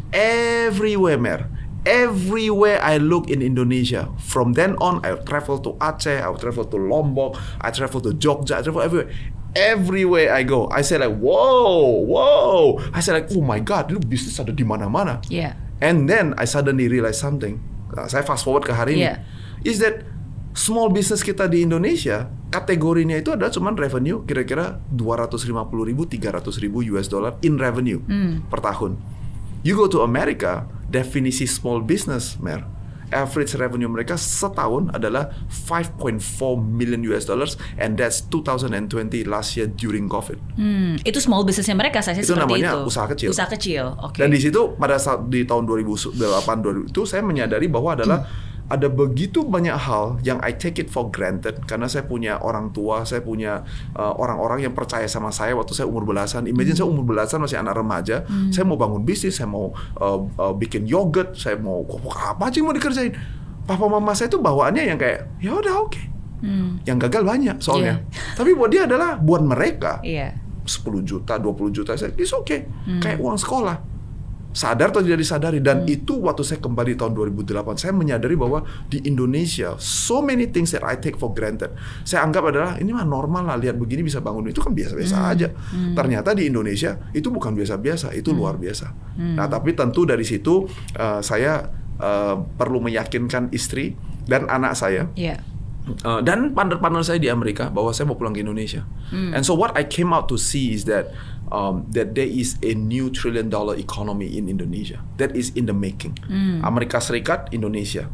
everywhere I look in Indonesia. From then on, I travel to Aceh, I travel to Lombok, I travel to Jogja, I travel everywhere. Everywhere I go, I say like, wow. I say like, oh my God, ini bisnis ada di mana-mana. And then I suddenly realize something. Saya fast forward ke hari ini. Is that small business kita di Indonesia kategorinya itu adalah cuman revenue kira-kira 250.000, 300.000 US dollar in revenue per tahun. You go to America, definisi small business, Mer, average revenue mereka setahun adalah 5.4 million US dollars, and that's 2020 last year during COVID. Itu small businessnya mereka, saya itu seperti namanya itu. Usaha kecil. Usaha kecil, Dan di situ pada saat di tahun 2008 itu saya menyadari bahwa adalah ada begitu banyak hal yang I take it for granted karena saya punya orang tua, saya punya orang-orang yang percaya sama saya waktu saya umur belasan. Imagine saya umur belasan masih anak remaja, saya mau bangun bisnis, saya mau bikin yogurt, saya mau apa aja yang mau dikerjain. Papa mama saya tuh bawaannya yang kayak ya udah oke. Yang gagal banyak soalnya. Tapi buat dia adalah buat mereka 10 juta, 20 juta, saya it's okay. Kayak uang sekolah. Sadar atau tidak disadari, dan itu waktu saya kembali tahun 2008 saya menyadari bahwa di Indonesia so many things that I take for granted saya anggap adalah ini mah normal lah, lihat begini bisa bangun, itu kan biasa-biasa aja. Ternyata di Indonesia itu bukan biasa-biasa, itu luar biasa. Nah tapi tentu dari situ saya perlu meyakinkan istri dan anak saya Dan partner-partner saya di Amerika bahwa saya mau pulang ke Indonesia. And so what I came out to see is that that there is a new $1 trillion economy in Indonesia that is in the making. Amerika Serikat, Indonesia.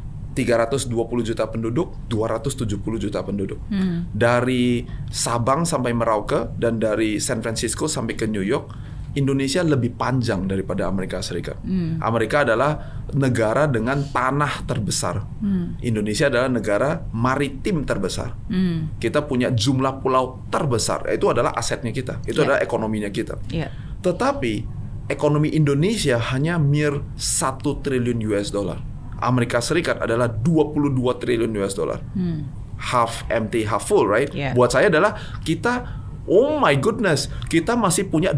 320 juta penduduk, 270 juta penduduk. Dari Sabang sampai Merauke dan dari San Francisco sampai ke New York, Indonesia lebih panjang daripada Amerika Serikat. Amerika adalah negara dengan tanah terbesar. Indonesia adalah negara maritim terbesar. Kita punya jumlah pulau terbesar. Itu adalah asetnya kita. Itu adalah ekonominya kita. Tetapi ekonomi Indonesia hanya mere 1 triliun US dollar. Amerika Serikat adalah 22 triliun US dollar. Half empty, half full, right? Buat saya adalah kita, oh my goodness, kita masih punya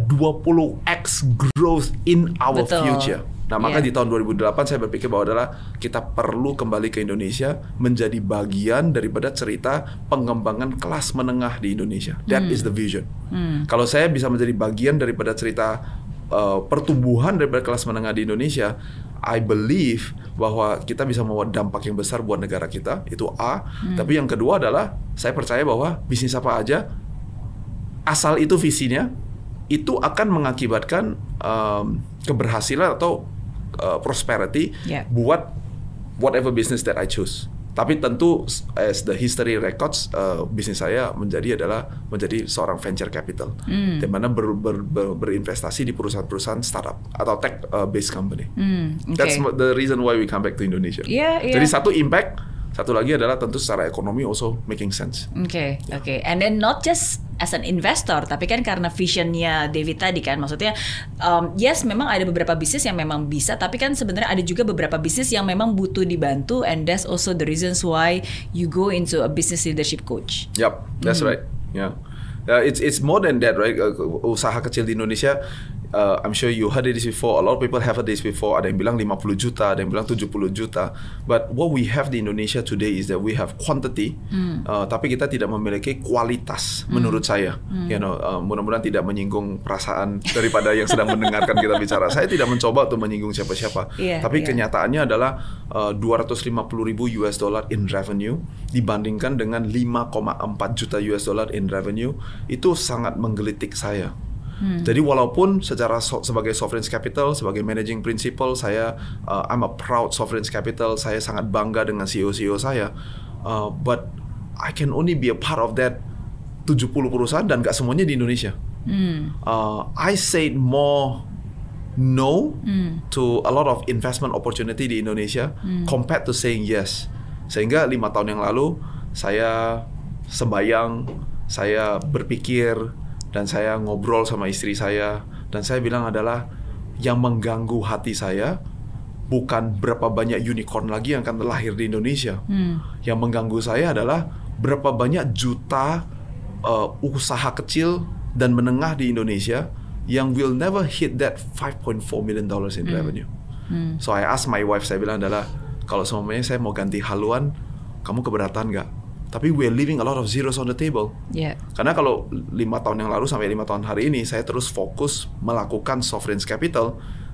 20x growth in our future. Nah, maka di tahun 2008 saya berpikir bahwa adalah kita perlu kembali ke Indonesia menjadi bagian daripada cerita pengembangan kelas menengah di Indonesia. That is the vision. Kalau saya bisa menjadi bagian daripada cerita pertumbuhan daripada kelas menengah di Indonesia, I believe bahwa kita bisa membawa dampak yang besar buat negara kita. Itu A. Tapi yang kedua adalah saya percaya bahwa bisnis apa aja, asal itu visinya, itu akan mengakibatkan keberhasilan atau prosperity buat whatever business that I choose. Tapi tentu as the history records, bisnis saya menjadi seorang venture capital, di mana berinvestasi di perusahaan-perusahaan startup atau tech based company. That's the reason why we come back to Indonesia. Jadi satu impact, satu lagi adalah tentu secara ekonomi also making sense. Okay. And then not just as an investor, tapi kan karena visionnya David tadi kan, maksudnya yes memang ada beberapa bisnis yang memang bisa, tapi kan sebenarnya ada juga beberapa bisnis yang memang butuh dibantu, and that's also the reasons why you go into a business leadership coach. Yep, that's right. Yeah. It's more than that, right? Usaha kecil di Indonesia, I'm sure you heard this before. A lot of people have heard this before. Ada yang bilang 50 juta, ada yang bilang 70 juta. But what we have di Indonesia today is that we have quantity, tapi kita tidak memiliki kualitas. Menurut saya, mudah-mudahan tidak menyinggung perasaan daripada yang sedang mendengarkan kita bicara. Saya tidak mencoba untuk menyinggung siapa-siapa. Tapi kenyataannya adalah 250 ribu US dollar in revenue dibandingkan dengan 5,4 juta US dollar in revenue. Itu sangat menggelitik saya. Jadi walaupun sebagai Sovereign Capital, sebagai managing principal, saya I'm a proud Sovereign Capital, saya sangat bangga dengan CEO saya, but I can only be a part of that 70 perusahaan dan gak semuanya di Indonesia. I said more no to a lot of investment opportunity di Indonesia compared to saying yes. Sehingga 5 tahun yang lalu saya sembayang, saya berpikir, dan saya ngobrol sama istri saya, dan saya bilang adalah yang mengganggu hati saya bukan berapa banyak unicorn lagi yang akan lahir di Indonesia. Yang mengganggu saya adalah berapa banyak juta usaha kecil dan menengah di Indonesia yang will never hit that $5.4 million in revenue. So I asked my wife, saya bilang adalah, kalau semuanya saya mau ganti haluan, kamu keberatan nggak? Tapi we're leaving a lot of zeros on the table. Karena kalau 5 tahun yang lalu sampai 5 tahun hari ini saya terus fokus melakukan Sovereign Capital,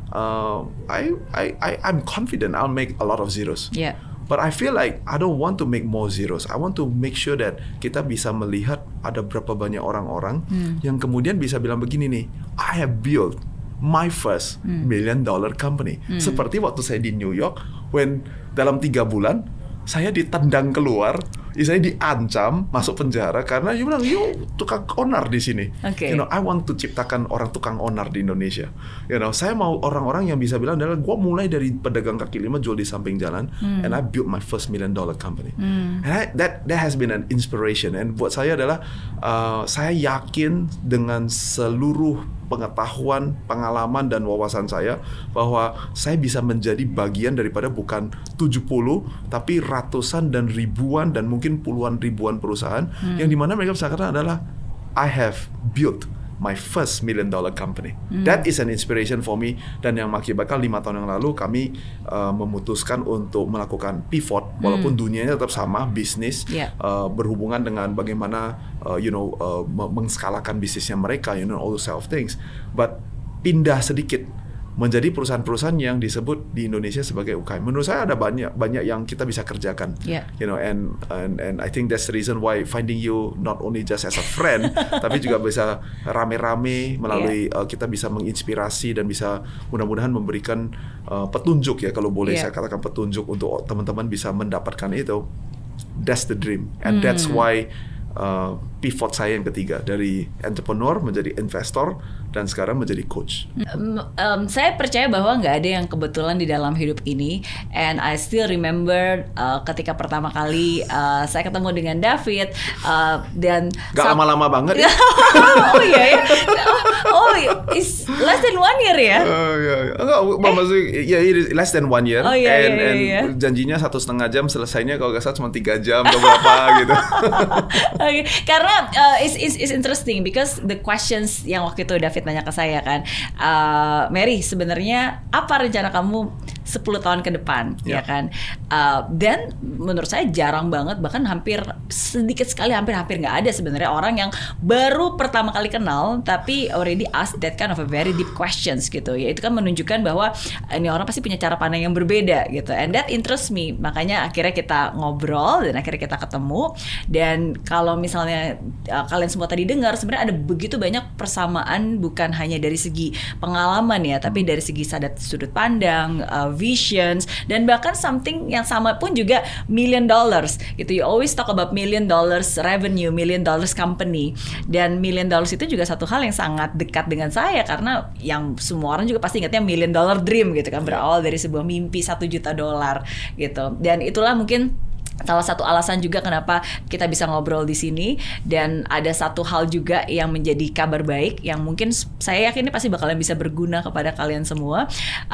I'm confident I'll make a lot of zeros. But I feel like I don't want to make more zeros. I want to make sure that kita bisa melihat ada berapa banyak orang-orang yang kemudian bisa bilang begini nih, I have built my first $1 million company. Seperti waktu saya di New York, when dalam 3 bulan saya ditendang keluar, saya diancam masuk penjara karena you bilang, you tukang onar di sini. I want to ciptakan orang tukang onar di Indonesia. Saya mau orang-orang yang bisa bilang adalah gue mulai dari pedagang kaki lima jual di samping jalan, and I built my first $1 million company. And that has been an inspiration. And buat saya adalah saya yakin dengan seluruh pengetahuan, pengalaman, dan wawasan saya bahwa saya bisa menjadi bagian daripada bukan 70 tapi ratusan dan ribuan dan mungkin puluhan ribuan perusahaan yang dimana mereka bisa katakan adalah I have built my first $1 million company. That is an inspiration for me. Dan yang mengakibatkan 5 tahun yang lalu kami memutuskan untuk melakukan pivot walaupun dunianya tetap sama, bisnis berhubungan dengan bagaimana mengskalakan bisnisnya mereka, all those sort of things. But pindah sedikit menjadi perusahaan-perusahaan yang disebut di Indonesia sebagai UKM. Menurut saya ada banyak yang kita bisa kerjakan. You know, and I think that's the reason why finding you not only just as a friend, tapi juga bisa rame-rame melalui kita bisa menginspirasi dan bisa mudah-mudahan memberikan petunjuk ya, kalau boleh saya katakan petunjuk untuk teman-teman bisa mendapatkan itu. That's the dream, and that's why pivot saya yang ketiga dari entrepreneur menjadi investor dan sekarang menjadi coach. Saya percaya bahwa nggak ada yang kebetulan di dalam hidup ini, and I still remember ketika pertama kali saya ketemu dengan David dan nggak lama-lama banget ya. Oh iya ya. Oh, it's less than 1 year ya? Enggak, maksudnya ya less than 1 year. Oh iya, and janjinya 1,5 jam, selesainya kalau nggak salah cuma 3 jam atau berapa gitu. Okay. Karena it's interesting because the questions yang waktu itu David nanya ke saya kan, Mary, sebenarnya apa rencana kamu 10 tahun ke depan, ya kan? Dan menurut saya jarang banget, bahkan hampir sedikit sekali, hampir nggak ada sebenarnya orang yang baru pertama kali kenal tapi already ask that kind of a very deep questions gitu. Ya itu kan menunjukkan bahwa ini orang pasti punya cara pandang yang berbeda gitu. And that interests me. Makanya akhirnya kita ngobrol dan akhirnya kita ketemu. Dan kalau misalnya kalian semua tadi dengar, sebenarnya ada begitu banyak persamaan, bukan hanya dari segi pengalaman ya, tapi dari segi sudut pandang, visions, dan bahkan something yang sama pun juga $1 million gitu. You always talk about $1 million revenue, $1 million company, dan $1 million itu juga satu hal yang sangat dekat dengan saya, karena yang semua orang juga pasti ingatnya $1 million dream gitu kan, berawal dari sebuah mimpi $1 juta gitu. Dan itulah mungkin salah satu alasan juga kenapa kita bisa ngobrol di sini. Dan ada satu hal juga yang menjadi kabar baik yang mungkin saya yakin ini pasti bakalan bisa berguna kepada kalian semua.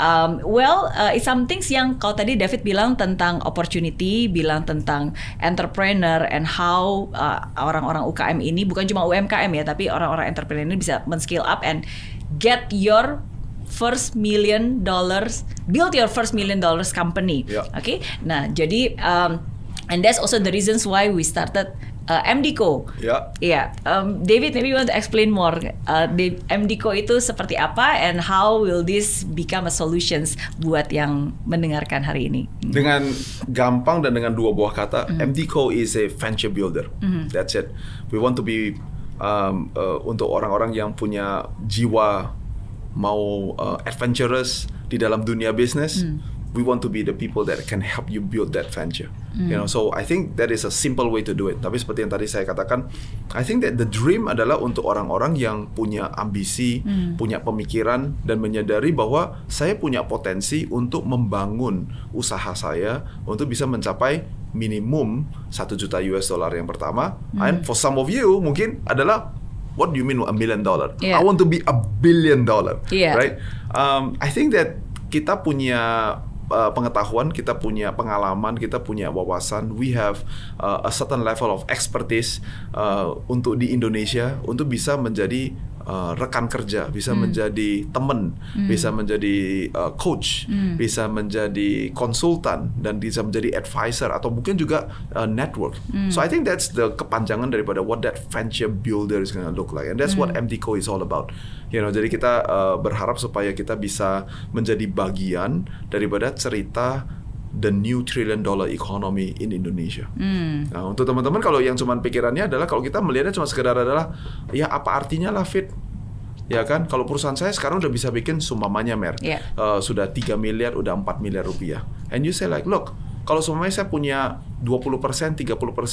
It's something yang kalau tadi David bilang tentang opportunity, bilang tentang entrepreneur and how orang-orang UKM ini, bukan cuma UMKM ya, tapi orang-orang entrepreneur ini bisa men-skill up and get your first $1 million, build your first $1 million company. Okay? Nah, jadi and that's also the reasons why we started MDco. David, maybe you want to explain more. MDco itu seperti apa and how will this become a solutions buat yang mendengarkan hari ini? Dengan gampang dan dengan 2 buah kata, MDco is a venture builder. That's it. We want to be untuk orang-orang yang punya jiwa mau adventurous di dalam dunia bisnis. We want to be the people that can help you build that venture. You know, so I think that is a simple way to do it. Tapi seperti yang tadi saya katakan, I think that the dream adalah untuk orang-orang yang punya ambisi, punya pemikiran, dan menyadari bahwa saya punya potensi untuk membangun usaha saya untuk bisa mencapai minimum $1 juta yang pertama. And for some of you mungkin adalah, what do you mean $1 million? I want to be $1 billion, right? I think that kita punya pengetahuan, kita punya pengalaman, kita punya wawasan. We have a certain level of expertise untuk di Indonesia untuk bisa menjadi rekan kerja, bisa menjadi teman, bisa menjadi coach, bisa menjadi konsultan, dan bisa menjadi advisor atau mungkin juga network. So I think that's the kepanjangan daripada what that venture builder is gonna look like, and that's what MDco is all about. You know, jadi kita berharap supaya kita bisa menjadi bagian daripada cerita the new $1 trillion economy in Indonesia. Nah, untuk teman-teman kalau yang cuman pikirannya adalah kalau kita melihatnya cuma sekedar adalah ya apa artinya lah Fit, ya kan? Kalau perusahaan saya sekarang udah bisa bikin sumpamanya sudah 3 miliar, udah 4 miliar rupiah. And you say like, look, kalau sumpamanya saya punya 20%, 30%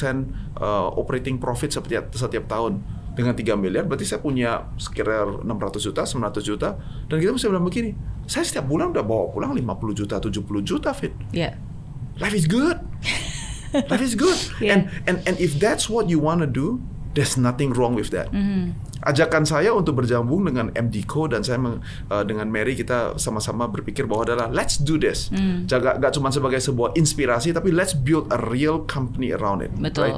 operating profit setiap tahun dengan 3 miliar, berarti saya punya sekitar 600 juta, 900 juta, dan kita bisa bilang begini, saya setiap bulan udah bawa pulang 50 juta, 70 juta, Fit. Life is good. Life is good. And if that's what you want to do, there's nothing wrong with that. Ajakan saya untuk bergabung dengan MDco dan saya dengan Mary, kita sama-sama berpikir bahwa adalah let's do this. Gak cuma sebagai sebuah inspirasi, tapi let's build a real company around it. Betul. Right?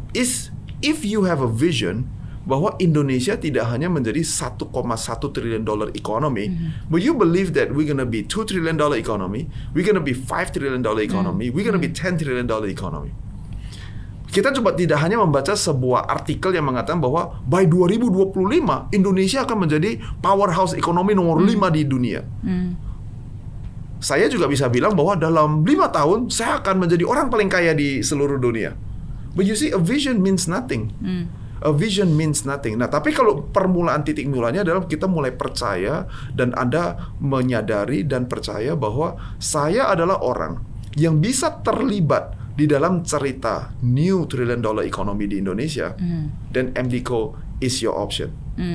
If you have a vision bahwa Indonesia tidak hanya menjadi $1,1 trillion economy, but you believe that we're gonna be $2 trillion economy, we're gonna be $5 trillion economy, we're gonna be $10 trillion economy. Kita coba tidak hanya membaca sebuah artikel yang mengatakan bahwa by 2025 Indonesia akan menjadi powerhouse ekonomi nomor 5 di dunia. Saya juga bisa bilang bahwa dalam 5 tahun saya akan menjadi orang paling kaya di seluruh dunia. But you see, a vision means nothing. A vision means nothing. Nah, tapi kalau permulaan titik mulanya adalah kita mulai percaya dan Anda menyadari dan percaya bahwa saya adalah orang yang bisa terlibat di dalam cerita new trillion dollar economy di Indonesia, then MDCO is your option.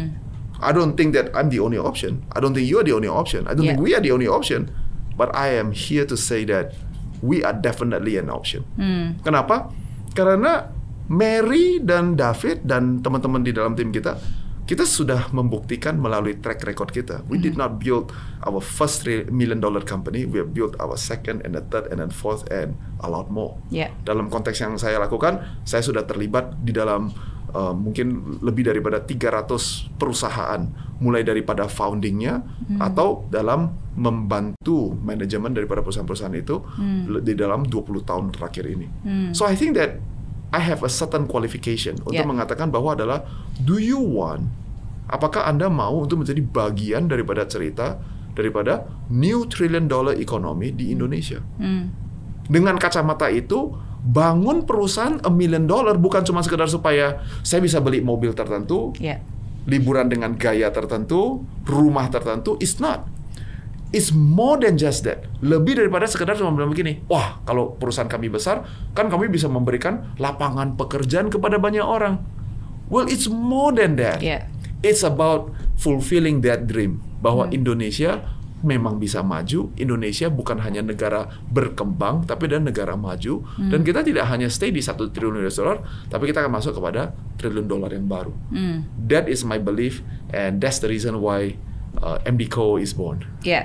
I don't think that I'm the only option. I don't think you are the only option. I don't think we are the only option. But I am here to say that we are definitely an option. Kenapa? Karena Mary dan David dan teman-teman di dalam tim kita sudah membuktikan melalui track record kita. We did not build our first $1 million company. We have built our second and the third and then fourth and a lot more. Dalam konteks yang saya lakukan, saya sudah terlibat di dalam mungkin lebih daripada 300 perusahaan, mulai daripada foundingnya atau dalam membantu manajemen daripada perusahaan-perusahaan itu di dalam 20 tahun terakhir ini. So I think that I have a certain qualification untuk mengatakan bahwa adalah, do you want, apakah Anda mau untuk menjadi bagian daripada cerita daripada new trillion dollar economy di Indonesia? Dengan kacamata itu, bangun perusahaan $1 million bukan cuma sekedar supaya saya bisa beli mobil tertentu, liburan dengan gaya tertentu, rumah tertentu. It's not. It's more than just that. Lebih daripada sekedar cuma bilang begini, wah, kalau perusahaan kami besar, kan kami bisa memberikan lapangan pekerjaan kepada banyak orang. Well, it's more than that. It's about fulfilling that dream. Bahwa Indonesia memang bisa maju. Indonesia bukan hanya negara berkembang, tapi dan negara maju. Dan kita tidak hanya stay di $1 triliun, tapi kita akan masuk kepada $1 triliun yang baru. That is my belief, and that's the reason why MDCO is born.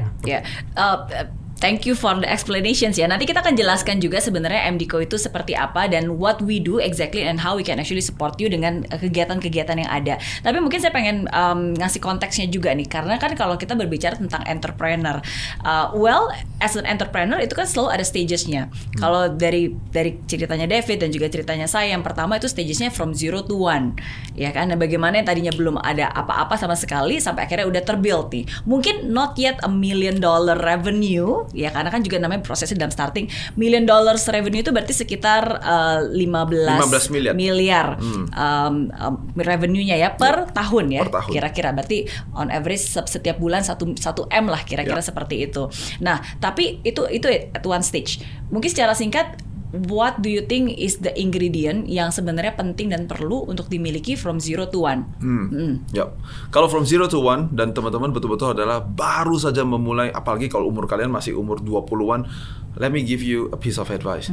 Thank you for the explanations ya. Nanti kita akan jelaskan juga sebenarnya MDCO itu seperti apa dan what we do exactly and how we can actually support you dengan kegiatan-kegiatan yang ada. Tapi mungkin saya pengen ngasih konteksnya juga nih, karena kan kalau kita berbicara tentang entrepreneur, well, as an entrepreneur itu kan selalu ada stagesnya. Kalau dari ceritanya David dan juga ceritanya saya, yang pertama itu stagesnya from 0 to 1, ya kan. Nah, bagaimana yang tadinya belum ada apa-apa sama sekali sampai akhirnya udah terbuild nih. Mungkin not yet $1 million revenue. Ya, karena kan juga namanya prosesnya dalam starting. $1 million revenue itu berarti sekitar 15 miliar revenue-nya ya per tahun ya. Kira-kira berarti on average setiap bulan 1 M lah kira-kira seperti itu. Nah, tapi itu at one stage. Mungkin secara singkat, what do you think is the ingredient yang sebenarnya penting dan perlu untuk dimiliki from 0 to 1? Kalau from 0 to 1 dan teman-teman betul-betul adalah baru saja memulai, apalagi kalau umur kalian masih umur 20-an, let me give you a piece of advice.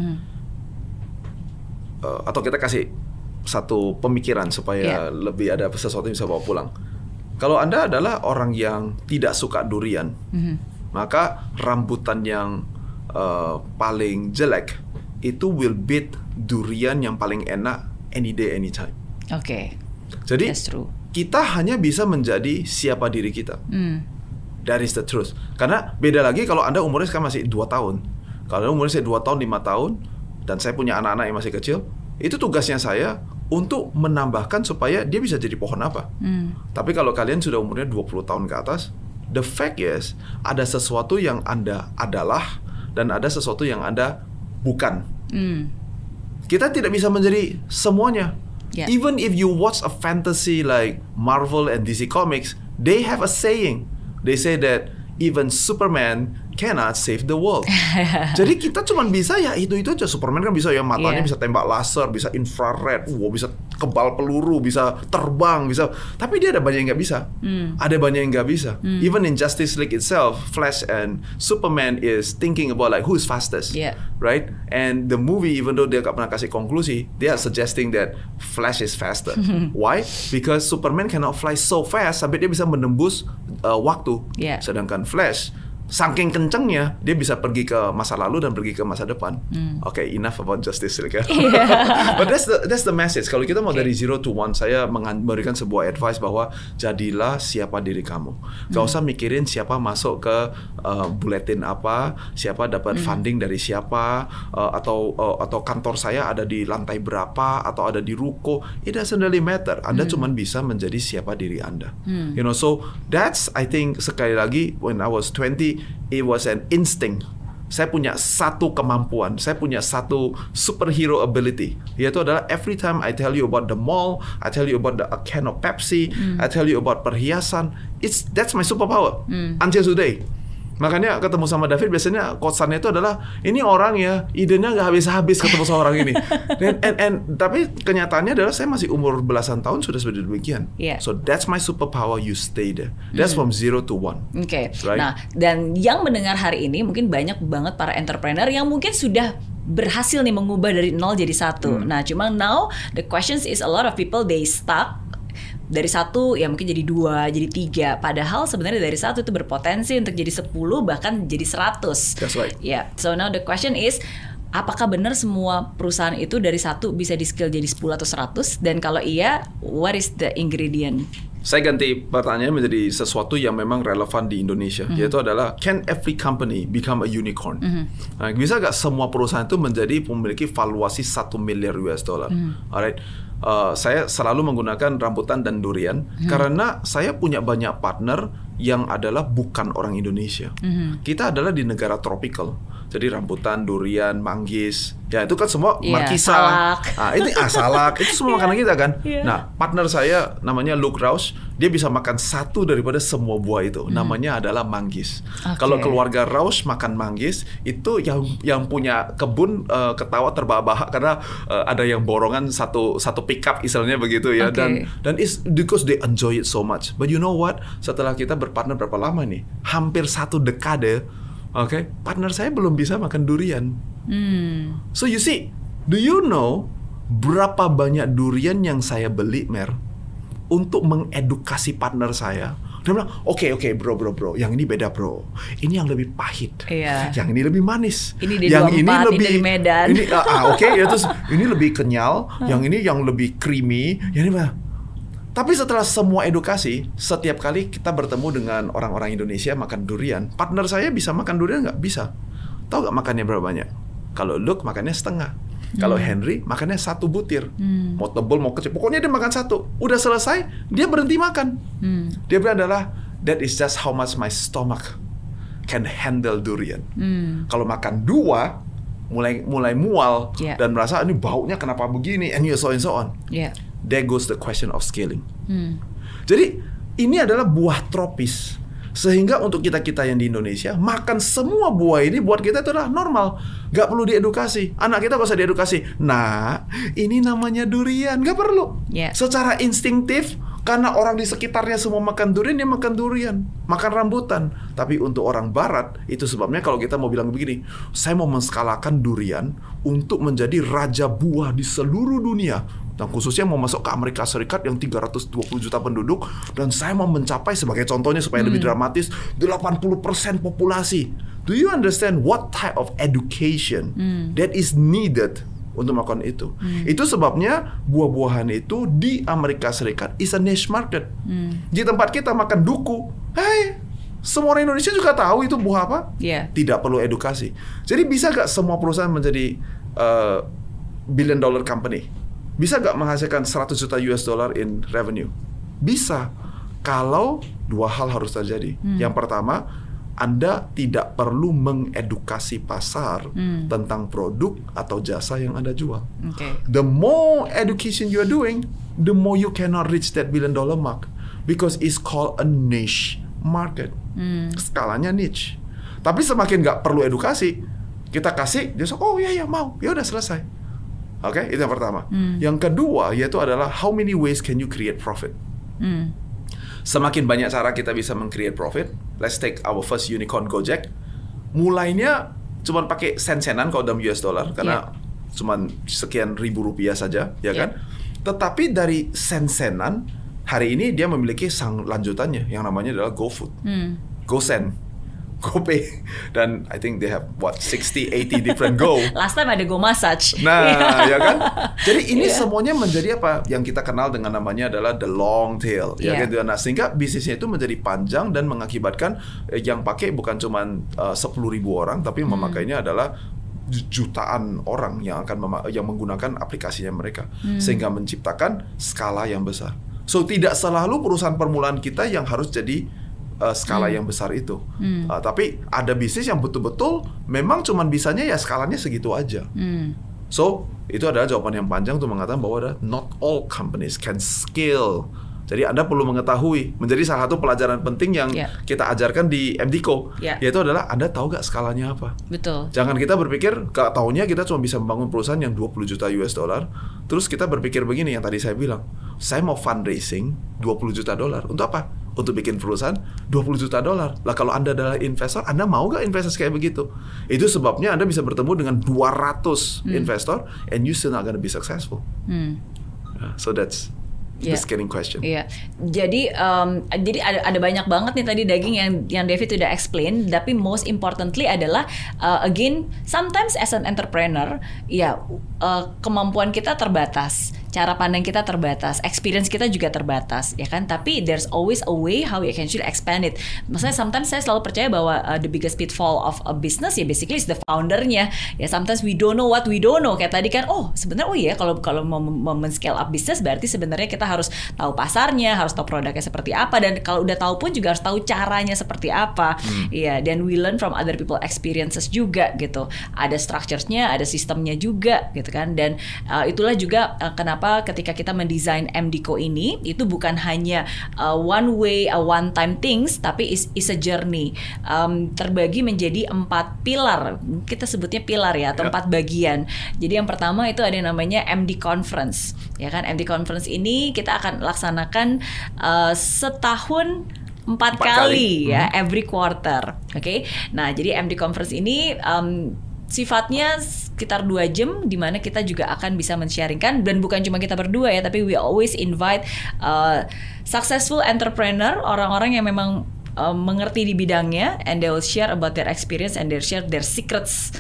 Atau kita kasih satu pemikiran supaya lebih ada sesuatu yang bisa bawa pulang. Kalau Anda adalah orang yang tidak suka durian, maka rambutan yang paling jelek itu will beat durian yang paling enak any day, anytime. Jadi kita hanya bisa menjadi siapa diri kita. That is the truth. Karena beda lagi kalau Anda umurnya sekarang masih 2 tahun. Kalau umurnya 2 tahun, 5 tahun, dan saya punya anak-anak yang masih kecil, itu tugasnya saya untuk menambahkan supaya dia bisa jadi pohon apa. Tapi kalau kalian sudah umurnya 20 tahun ke atas, the fact is, ada sesuatu yang Anda adalah dan ada sesuatu yang Anda bukan. Kita tidak bisa menjadi semuanya. Even if you watch a fantasy like Marvel and DC Comics, they have a saying. They say that even Superman cannot save the world. Jadi kita cuma bisa ya itu aja. Superman kan bisa ya, matanya bisa tembak laser, bisa infrared, bisa kebal peluru, bisa terbang, bisa. Tapi dia ada banyak yang nggak bisa. Ada banyak yang nggak bisa. Even in Justice League itself, Flash and Superman is thinking about like who's fastest, right? And the movie, even though dia nggak pernah kasih konklusi, they are suggesting that Flash is faster. Why? Because Superman cannot fly so fast sampai dia bisa menembus waktu. Sedangkan Flash Saking kencengnya, dia bisa pergi ke masa lalu dan pergi ke masa depan. Oke, enough about justice, kan? But that's the message. Kalau kita mau dari 0 to 1, saya memberikan sebuah advice bahwa jadilah siapa diri kamu. Gak usah mikirin siapa masuk ke bulletin apa, siapa dapat funding dari siapa, atau kantor saya ada di lantai berapa, atau ada di ruko. It doesn't really matter. Anda cuma bisa menjadi siapa diri Anda. You know, so that's, I think, sekali lagi, when I was 20, it was an instinct. Saya punya satu kemampuan, saya punya satu superhero ability, yaitu adalah every time I tell you about the mall, I tell you about a can of Pepsi, I tell you about perhiasan, that's my superpower until today. Makanya ketemu sama David biasanya quotes-annya itu adalah, ini orang ya idenya nggak habis-habis ketemu sama orang ini. Tapi kenyataannya adalah saya masih umur belasan tahun sudah seperti demikian. So that's my superpower, you stay there. That's from 0 to 1. Oke. Right? Nah, dan yang mendengar hari ini mungkin banyak banget para entrepreneur yang mungkin sudah berhasil nih mengubah dari 0 jadi 1. Nah, cuma now the questions is a lot of people they stuck dari 1 ya mungkin jadi 2, jadi 3. Padahal sebenarnya dari 1 itu berpotensi untuk jadi 10 bahkan jadi 100. That's right. Yeah. So now the question is, apakah benar semua perusahaan itu dari 1 bisa di-scale jadi 10 atau 100? Dan kalau iya, what is the ingredient? Saya ganti pertanyaan menjadi sesuatu yang memang relevan di Indonesia, yaitu adalah, can every company become a unicorn? Nah, bisa nggak semua perusahaan itu memiliki valuasi $1 miliar? Alright. Saya selalu menggunakan rambutan dan durian karena saya punya banyak partner yang adalah bukan orang Indonesia. Kita adalah di negara tropical. Jadi rambutan, durian, manggis, ya itu kan semua markisa. Salak. Nah, itu salak, itu semua makanan kita kan. Nah, partner saya namanya Luke Rausch, dia bisa makan satu daripada semua buah itu. Namanya adalah manggis. Kalau keluarga Rausch makan manggis, itu yang punya kebun ketawa terbahak-bahak karena ada yang borongan satu pickup istilahnya begitu ya. Dan it's because they enjoy it so much. But you know what? Setelah kita berpartner berapa lama nih? Hampir 1 dekade. Partner saya belum bisa makan durian. So you see, do you know berapa banyak durian yang saya beli, Mer, untuk mengedukasi partner saya? Dia bilang, oke, bro, yang ini beda bro. Ini yang lebih pahit, yang ini lebih manis, ini yang ini lebih dari Medan. Ini, ya terus ini lebih kenyal, yang ini yang lebih creamy, yang ini. Tapi setelah semua edukasi, setiap kali kita bertemu dengan orang-orang Indonesia makan durian, partner saya bisa makan durian nggak? Bisa. Tahu nggak makannya berapa banyak? Kalau Luke makannya setengah. Kalau Henry makannya 1 butir. Mau tebal mau kecil, pokoknya dia makan 1. Udah selesai, dia berhenti makan. Dia bilang adalah, that is just how much my stomach can handle durian. Kalau makan 2, mulai mual dan merasa ini baunya kenapa begini, and so on. There goes the question of scaling. Jadi ini adalah buah tropis. Sehingga untuk kita yang di Indonesia, makan semua buah ini buat kita itu adalah normal. Gak perlu diedukasi. Anak kita gak usah diedukasi. Nah, ini namanya durian. Gak perlu. Secara instinktif, karena orang di sekitarnya semua makan durian, dia makan durian. Makan rambutan. Tapi untuk orang barat, itu sebabnya kalau kita mau bilang begini, saya mau menskalakan durian untuk menjadi raja buah di seluruh dunia. Dan khususnya mau masuk ke Amerika Serikat yang 320 juta penduduk. Dan saya mau mencapai, sebagai contohnya supaya lebih dramatis, 80% populasi. Do you understand what type of education that is needed untuk melakukan itu? Itu sebabnya buah-buahan itu di Amerika Serikat is a niche market. Di tempat kita makan duku, semua orang Indonesia juga tahu itu buah apa. Tidak perlu edukasi. Jadi bisa gak semua perusahaan menjadi billion dollar company? Bisa gak menghasilkan 100 juta US dollar in revenue? Bisa. Kalau 2 hal harus terjadi. Yang pertama, Anda tidak perlu mengedukasi pasar tentang produk atau jasa yang Anda jual. The more education you are doing, the more you cannot reach that billion dollar mark. Because it's called a niche market. Skalanya niche. Tapi semakin gak perlu edukasi, kita kasih, dia bilang, oh iya mau, ya udah selesai. Itu yang pertama. Yang kedua yaitu adalah how many ways can you create profit? Semakin banyak cara kita bisa meng-create profit. Let's take our first unicorn, Gojek. Mulainya cuma pakai sen-senan kalau dalam US dollar karena cuma sekian ribu rupiah saja, ya kan? Tetapi dari sen-senan, hari ini dia memiliki sang lanjutannya yang namanya adalah GoFood, GoSend. GoPay, dan I think they have 60-80 different Go. Last time ada Go Massage. Nah, ya kan? Jadi ini semuanya menjadi apa yang kita kenal dengan namanya adalah the long tail, ya gitu. Nah, sehingga bisnisnya itu menjadi panjang dan mengakibatkan yang pakai bukan cuma 10.000 orang, tapi memakainya adalah jutaan orang yang akan yang menggunakan aplikasinya mereka, sehingga menciptakan skala yang besar. So tidak selalu perusahaan permulaan kita yang harus jadi skala yang besar itu. Tapi ada bisnis yang betul-betul memang cuman bisanya ya skalanya segitu aja. So itu adalah jawaban yang panjang untuk mengatakan bahwa not all companies can scale. Jadi Anda perlu mengetahui, menjadi salah satu pelajaran penting yang kita ajarkan di MDco, yaitu adalah Anda tahu gak skalanya apa. Betul. Jangan kita berpikir, tahunya kita cuma bisa membangun perusahaan yang 20 juta US dollar, terus kita berpikir begini yang tadi saya bilang, saya mau fundraising 20 juta dolar. Untuk apa? Untuk bikin perusahaan 20 juta dolar. Lah kalau Anda adalah investor, Anda mau gak investasi kayak begitu? Itu sebabnya Anda bisa bertemu dengan 200 investor, and you still not gonna be successful. So that's the scaling question. Jadi ada banyak banget nih tadi daging yang David udah explain, tapi most importantly adalah again sometimes as an entrepreneur kemampuan kita terbatas, cara pandang kita terbatas, experience kita juga terbatas, ya kan? Tapi there's always a way how you can actually expand it. Maksudnya sometimes saya selalu percaya bahwa the biggest pitfall of a business ya basically is the foundernya. Ya sometimes we don't know what we don't know. Kayak tadi kan, sebenarnya kalau mau men-scale up business berarti sebenarnya kita harus tahu pasarnya, harus tahu produknya seperti apa, dan kalau udah tahu pun juga harus tahu caranya seperti apa. Iya, dan we learn from other people experiences juga gitu. Ada structures-nya, ada sistemnya juga gitu kan. Dan itulah juga kenapa ketika kita mendesain MDco ini itu bukan hanya one way, one time things, tapi is a journey. Terbagi menjadi 4 pilar. Kita sebutnya pilar ya, atau 4 bagian. Jadi yang pertama itu ada yang namanya MD Conference. Ya kan, MD Conference ini kita akan laksanakan setahun 4 kali ya, every quarter. Oke. Nah, jadi MD Conference ini sifatnya sekitar 2 jam, di mana kita juga akan bisa men-sharingkan, dan bukan cuma kita berdua ya, tapi we always invite successful entrepreneur, orang-orang yang memang mengerti di bidangnya, and they will share about their experience and they share their secrets.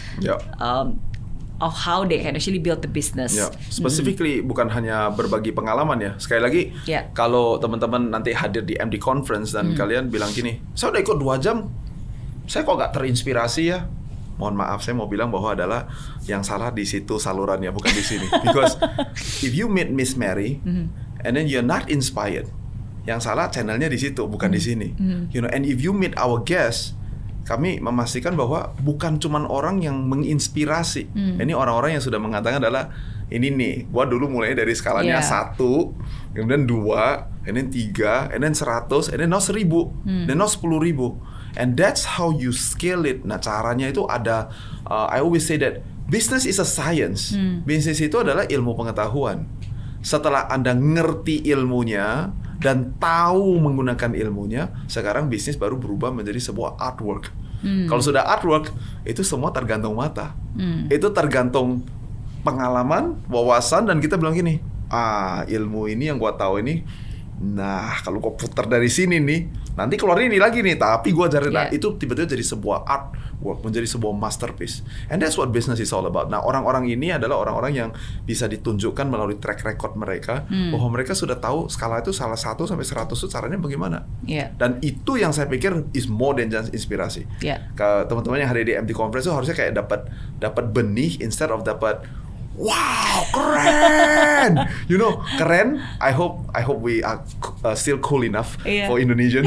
Of how they can actually build the business. Specifically bukan hanya berbagi pengalaman ya. Sekali lagi, kalau teman-teman nanti hadir di MD Conference dan kalian bilang gini, saya udah ikut 2 jam, saya kok gak terinspirasi ya. Mohon maaf, saya mau bilang bahwa adalah yang salah di situ salurannya, bukan di sini. Because if you meet Miss Mary and then you're not inspired, yang salah channelnya di situ, bukan di sini. You know, and if you meet our guests, kami memastikan bahwa bukan cuman orang yang menginspirasi. Ini orang-orang yang sudah mengatakan adalah, ini nih, gua dulu mulai dari skalanya 1, kemudian 2, and then 3, and then 100, and then now 1.000, dan now 10.000. And that's how you scale it. Nah, caranya itu ada, I always say that business is a science. Bisnis itu adalah ilmu pengetahuan. Setelah Anda ngerti ilmunya dan tahu menggunakan ilmunya, sekarang bisnis baru berubah menjadi sebuah artwork. Kalau sudah artwork, itu semua tergantung mata. Itu tergantung pengalaman, wawasan, dan kita bilang gini, ilmu ini yang gua tahu ini, nah kalau kau putar dari sini nih, nanti keluar ini lagi nih, tapi gua ajarin. Nah, itu tiba-tiba jadi sebuah artwork, menjadi sebuah masterpiece. And that's what business is all about. Nah, orang-orang ini adalah orang-orang yang bisa ditunjukkan melalui track record mereka, bahwa mereka sudah tahu skala itu salah 1 sampai 100 itu caranya bagaimana. Dan itu yang saya pikir is more than just inspirasi. Teman-teman yang hadir di MD Conference itu harusnya kayak dapat benih instead of dapat wow, keren. You know, keren. I hope we are still cool enough for Indonesian.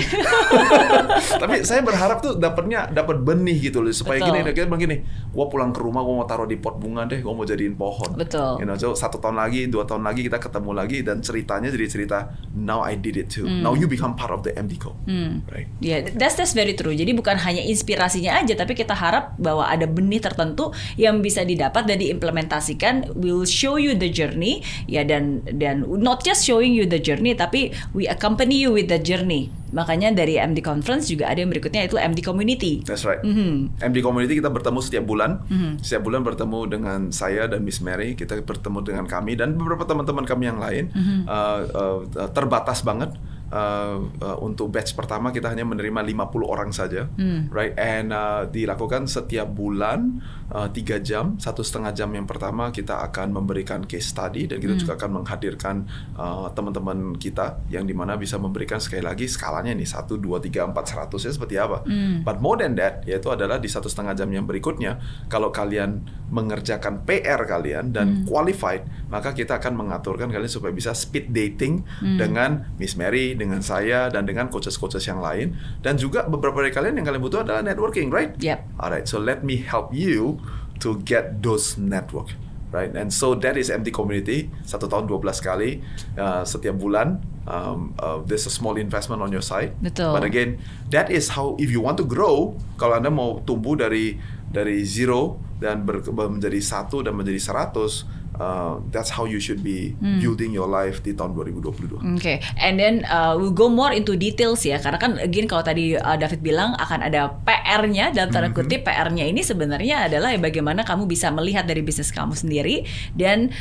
Tapi saya berharap tuh dapat benih gitu loh, supaya gini, kita bilang gini, gua pulang ke rumah, gua mau taruh di pot bunga deh, gua mau jadiin pohon. You know, so 1 tahun lagi, 2 tahun lagi kita ketemu lagi, dan ceritanya jadi cerita, now I did it too. Now you become part of the MDco. Right? That's very true. Jadi bukan hanya inspirasinya aja, tapi kita harap bahwa ada benih tertentu yang bisa didapat dan diimplementasikan. We'll show you the journey, ya, dan not just showing you the journey, tapi we accompany you with the journey. Makanya dari MD Conference juga ada yang berikutnya, itu MD Community. That's right. MD Community kita bertemu setiap bulan. Setiap bulan bertemu dengan saya dan Miss Mary. Kita bertemu dengan kami dan beberapa teman-teman kami yang lain. Terbatas banget. untuk batch pertama kita hanya menerima 50 orang saja, right? And dilakukan setiap bulan 3 jam, 1,5 jam yang pertama kita akan memberikan case study dan kita juga akan menghadirkan teman-teman kita yang dimana bisa memberikan sekali lagi skalanya nih 1, 2, 3, 4, 100 ya seperti apa. But more than that, yaitu adalah di 1,5 jam yang berikutnya, kalau kalian mengerjakan PR kalian dan qualified, maka kita akan mengaturkan kalian supaya bisa speed dating dengan Miss Mary, dengan saya, dan dengan coaches-coaches yang lain. Dan juga beberapa dari kalian yang kalian butuh adalah networking, right? Yep. Alright, so let me help you to get those network, right? And so that is MD Community, 1 tahun 12 kali, setiap bulan. There's a small investment on your side. Betul. But again, that is how, if you want to grow, kalau Anda mau tumbuh dari zero dan menjadi 1 dan menjadi 100, that's how you should be building your life di tahun 2022. Okay, and then we'll go more into details ya, karena kan again kalau tadi David bilang akan ada PR-nya dalam tanda kutip. PR-nya ini sebenarnya adalah bagaimana kamu bisa melihat dari bisnis kamu sendiri dan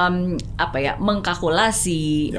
mengkalkulasi,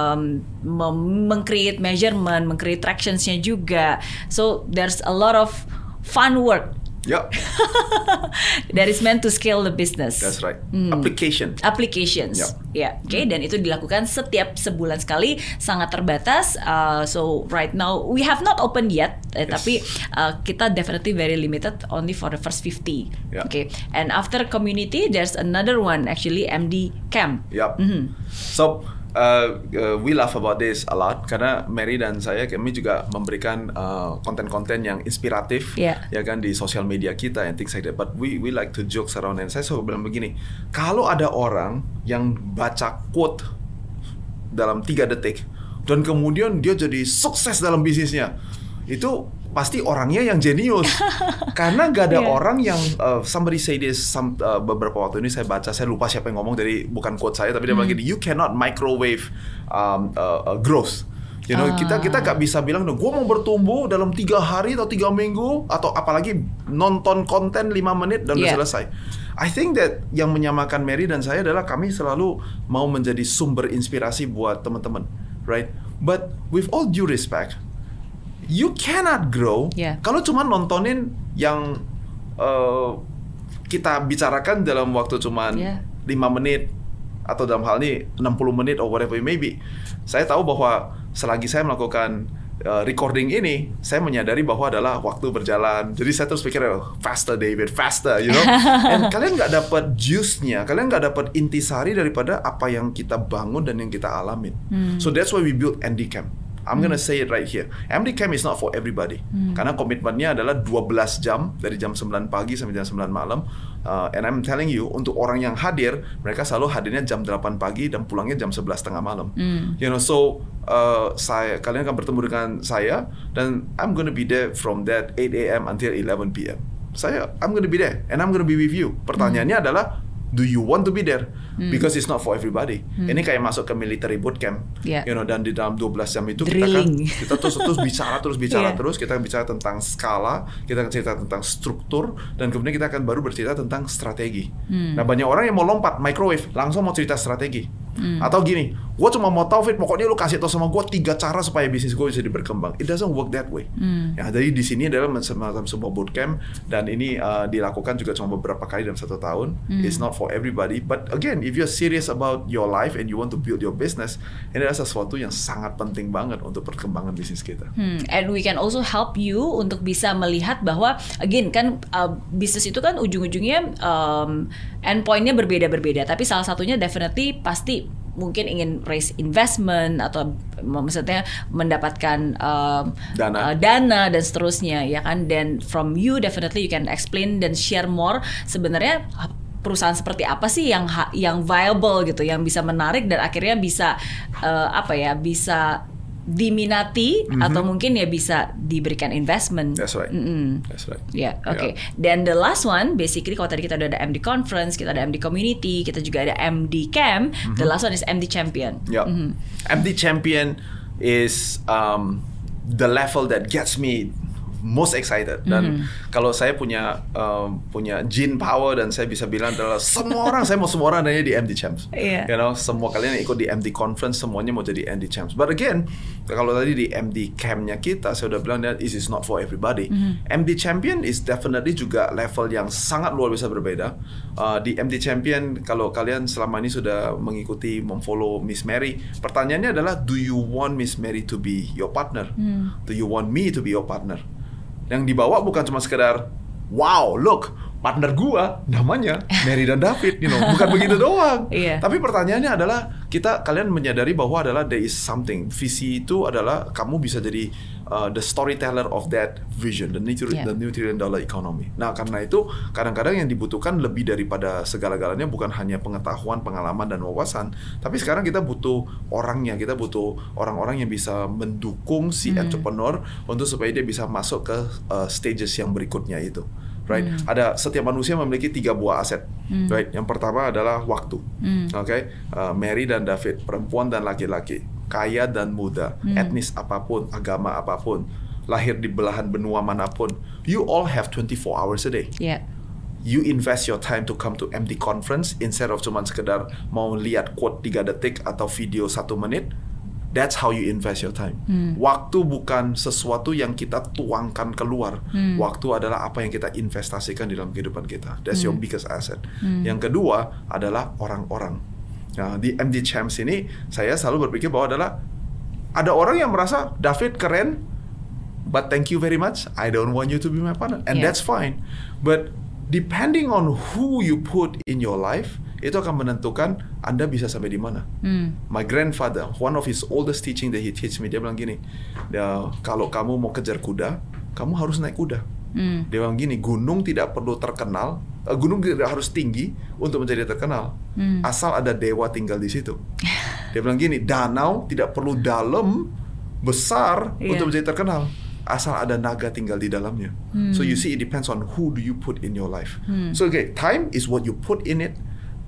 meng-create measurement, meng-create tractions-nya juga. So there's a lot of fun work. Yep. That is meant to scale the business. That's right. Applications. Yep. Yeah. Okay. Dan itu dilakukan setiap sebulan sekali, sangat terbatas. So right now we have not opened yet, tapi kita definitely very limited, only for the first 50. Yeah. Okay. And after community, there's another one actually, MD Camp. Yep. So we laugh about this a lot karena Mary dan saya, kami juga memberikan konten-konten yang inspiratif, ya kan, di sosial media kita and things like that. But we like to joke around, and saya selalu bilang begini, kalau ada orang yang baca quote dalam 3 detik dan kemudian dia jadi sukses dalam bisnisnya, itu pasti orangnya yang jenius. Karena gak ada orang yang somebody say this beberapa waktu ini saya baca, saya lupa siapa yang ngomong, dari bukan quote saya, tapi dia bilang gini, you cannot microwave growth. You know, kita gak bisa bilang, gue mau bertumbuh dalam 3 hari atau 3 minggu, atau apalagi nonton konten 5 menit dan udah selesai. I think that yang menyamakan Mary dan saya adalah kami selalu mau menjadi sumber inspirasi buat teman-teman, right? But with all due respect, you cannot grow kalau cuma nontonin yang kita bicarakan dalam waktu cuma 5 menit atau dalam hal ini 60 menit or whatever it may be. Saya tahu bahwa selagi saya melakukan recording ini, saya menyadari bahwa adalah waktu berjalan. Jadi saya terus pikir, faster David, faster, you know. And kalian nggak dapat juice-nya, kalian nggak dapat intisari daripada apa yang kita bangun dan yang kita alamin. So that's why we built MD Camp. I'm gonna say it right here. MD Camp is not for everybody. Karena komitmennya adalah 12 jam, dari jam 9 pagi sampai jam 9 malam. And I'm telling you, untuk orang yang hadir, mereka selalu hadirnya jam 8 pagi dan pulangnya jam 11:30 malam. You know, so kalian akan bertemu dengan saya, dan I'm gonna be there from that 8 a.m. until 11 p.m. I'm gonna be there, and I'm gonna be with you. Pertanyaannya adalah, do you want to be there? Because it's not for everybody. Ini kayak masuk ke military bootcamp, you know, dan di dalam 12 jam itu kita terus bicara terus, kita bicara tentang skala, kita akan cerita tentang struktur, dan kemudian kita akan baru bercerita tentang strategi. Nah, banyak orang yang mau lompat microwave, langsung mau cerita strategi. Atau gini, gue cuma mau tahu, Fit, pokoknya lu kasih tau sama gue 3 cara supaya bisnis gue bisa berkembang. It doesn't work that way. Ya, jadi di sini adalah semacam sebuah bootcamp, dan ini dilakukan juga cuma beberapa kali dalam 1 tahun. It's not for everybody, but again, if you're serious about your life and you want to build your business, ini adalah sesuatu yang sangat penting banget untuk perkembangan bisnis kita. And we can also help you untuk bisa melihat bahwa, again kan, bisnis itu kan ujung-ujungnya endpointnya berbeda-berbeda, tapi salah satunya definitely pasti mungkin ingin raise investment atau maksudnya mendapatkan dana dan seterusnya, ya kan. Dan from you definitely you can explain dan share more sebenarnya perusahaan seperti apa sih yang viable gitu, yang bisa menarik dan akhirnya bisa bisa diminati atau mungkin ya bisa diberikan investment. That's right. That's right. Yeah, okay. Then the last one, basically kalau tadi kita udah ada MD Conference, kita ada MD Community, kita juga ada MD Camp. The last one is MD Champion. Yeah. MD Champion is the level that gets me most excited. Dan kalau saya punya gene power dan saya bisa bilang adalah saya mau semua orang nanya di MD Champs. You know, semua kalian yang ikut di MD Conference semuanya mau jadi MD Champs. But again, kalau tadi di MD Camp-nya kita, saya udah bilang that this is not for everybody. MD Champion is definitely juga level yang sangat luar biasa berbeda. Di MD Champion, kalau kalian selama ini sudah mengikuti, memfollow Miss Mary, pertanyaannya adalah, do you want Miss Mary to be your partner? Do you want me to be your partner? Yang dibawa bukan cuma sekedar, wow, look, partner gua namanya Mary dan David, you know, bukan begitu doang. Tapi pertanyaannya adalah, kalian menyadari bahwa adalah there is something. Visi itu adalah kamu bisa jadi the storyteller of that vision, the new $1 trillion economy. Nah, karena itu kadang-kadang yang dibutuhkan lebih daripada segala-galanya bukan hanya pengetahuan, pengalaman dan wawasan, tapi sekarang kita butuh orangnya, kita butuh orang-orang yang bisa mendukung si entrepreneur untuk supaya dia bisa masuk ke stages yang berikutnya itu. Right? Ada setiap manusia memiliki 3 buah aset. Right? Yang pertama adalah waktu. Okay? Mary dan David, perempuan dan laki-laki, kaya dan muda, etnis apapun, agama apapun, lahir di belahan benua manapun, you all have 24 hours a day. You invest your time to come to MD Conference instead of cuma sekedar mau lihat quote 3 detik atau video 1 menit. That's how you invest your time. Waktu bukan sesuatu yang kita tuangkan keluar. Waktu adalah apa yang kita investasikan di dalam kehidupan kita. That's your biggest asset. Yang kedua adalah orang-orang. Nah, di MD Champs ini, saya selalu berpikir bahwa adalah ada orang yang merasa David keren, but thank you very much, I don't want you to be my partner. And that's fine. But depending on who you put in your life, itu akan menentukan Anda bisa sampai di mana. My grandfather, one of his oldest teaching that he teach me, dia bilang gini, kalau kamu mau kejar kuda, kamu harus naik kuda. Dia bilang gini, gunung tidak perlu terkenal, gunung tidak harus tinggi untuk menjadi terkenal, asal ada dewa tinggal di situ. Dia bilang gini, danau tidak perlu dalam, besar untuk menjadi terkenal, asal ada naga tinggal di dalamnya. So you see, it depends on who do you put in your life. So okay, time is what you put in it.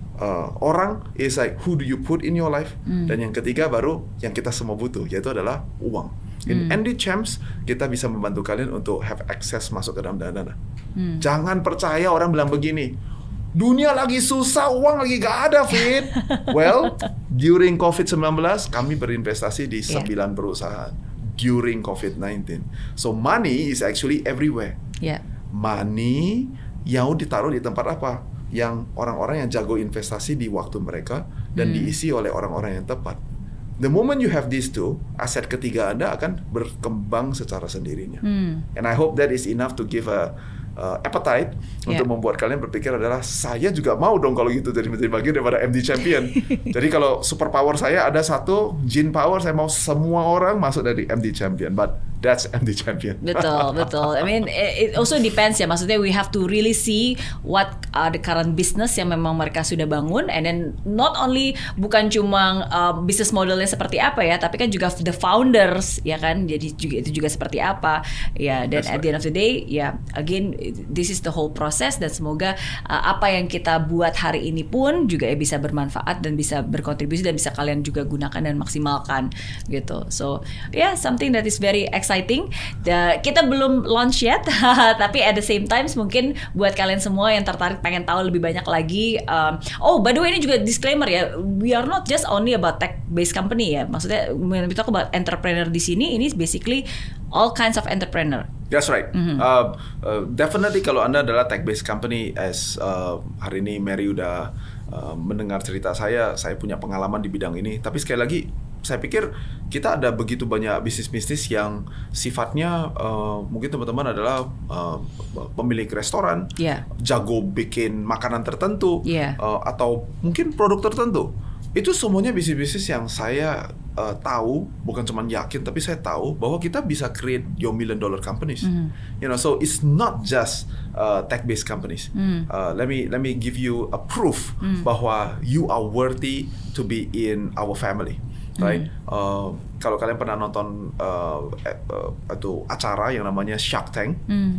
Orang is like who do you put in your life. Dan yang ketiga baru yang kita semua butuh, yaitu adalah uang. In MD Champs kita bisa membantu kalian untuk have access masuk ke dalam dana. Jangan percaya orang bilang begini, dunia lagi susah, uang lagi gak ada, Fit. Well, during COVID-19 kami berinvestasi di 9 perusahaan during COVID-19. So money is actually everywhere. Money yang ditaruh di tempat apa? Yang orang-orang yang jago investasi di waktu mereka dan diisi oleh orang-orang yang tepat. The moment you have these two, aset ketiga Anda akan berkembang secara sendirinya. And I hope that is enough to give a appetite untuk membuat kalian berpikir adalah saya juga mau dong kalau gitu jadi menjadi bagian daripada MD Champion. Jadi kalau superpower saya ada satu, gene power, saya mau semua orang masuk dari MD Champion. But that's MD Champion. Betul. I mean, it also depends ya. Maksudnya we have to really see what are the current business yang memang mereka sudah bangun, and then not only bukan cuma business modelnya seperti apa ya, tapi kan juga the founders ya kan. Jadi juga itu juga seperti apa ya. Dan at the end of the day ya, again this is the whole process, dan semoga apa yang kita buat hari ini pun juga ya bisa bermanfaat dan bisa berkontribusi dan bisa kalian juga gunakan dan maksimalkan gitu. So yeah, something that is very exciting. Kita belum launch yet, tapi at the same time mungkin buat kalian semua yang tertarik pengen tahu lebih banyak lagi. Oh, by the way, ini juga disclaimer ya, we are not just only about tech-based company ya. Maksudnya when we talk about entrepreneur di sini, ini basically all kinds of entrepreneur. That's right. Definitely kalau Anda adalah tech-based company, as hari ini Mary udah mendengar cerita saya punya pengalaman di bidang ini. Tapi sekali lagi, saya pikir kita ada begitu banyak bisnis-bisnis yang sifatnya mungkin teman-teman adalah pemilik restoran, jago bikin makanan tertentu, atau mungkin produk tertentu. Itu semuanya bisnis-bisnis yang saya tahu, bukan cuma yakin, tapi saya tahu bahwa kita bisa create your $1 million companies. You know, so it's not just tech-based companies. Let me give you a proof bahwa you are worthy to be in our family. Right? Kalau kalian pernah nonton itu acara yang namanya Shark Tank,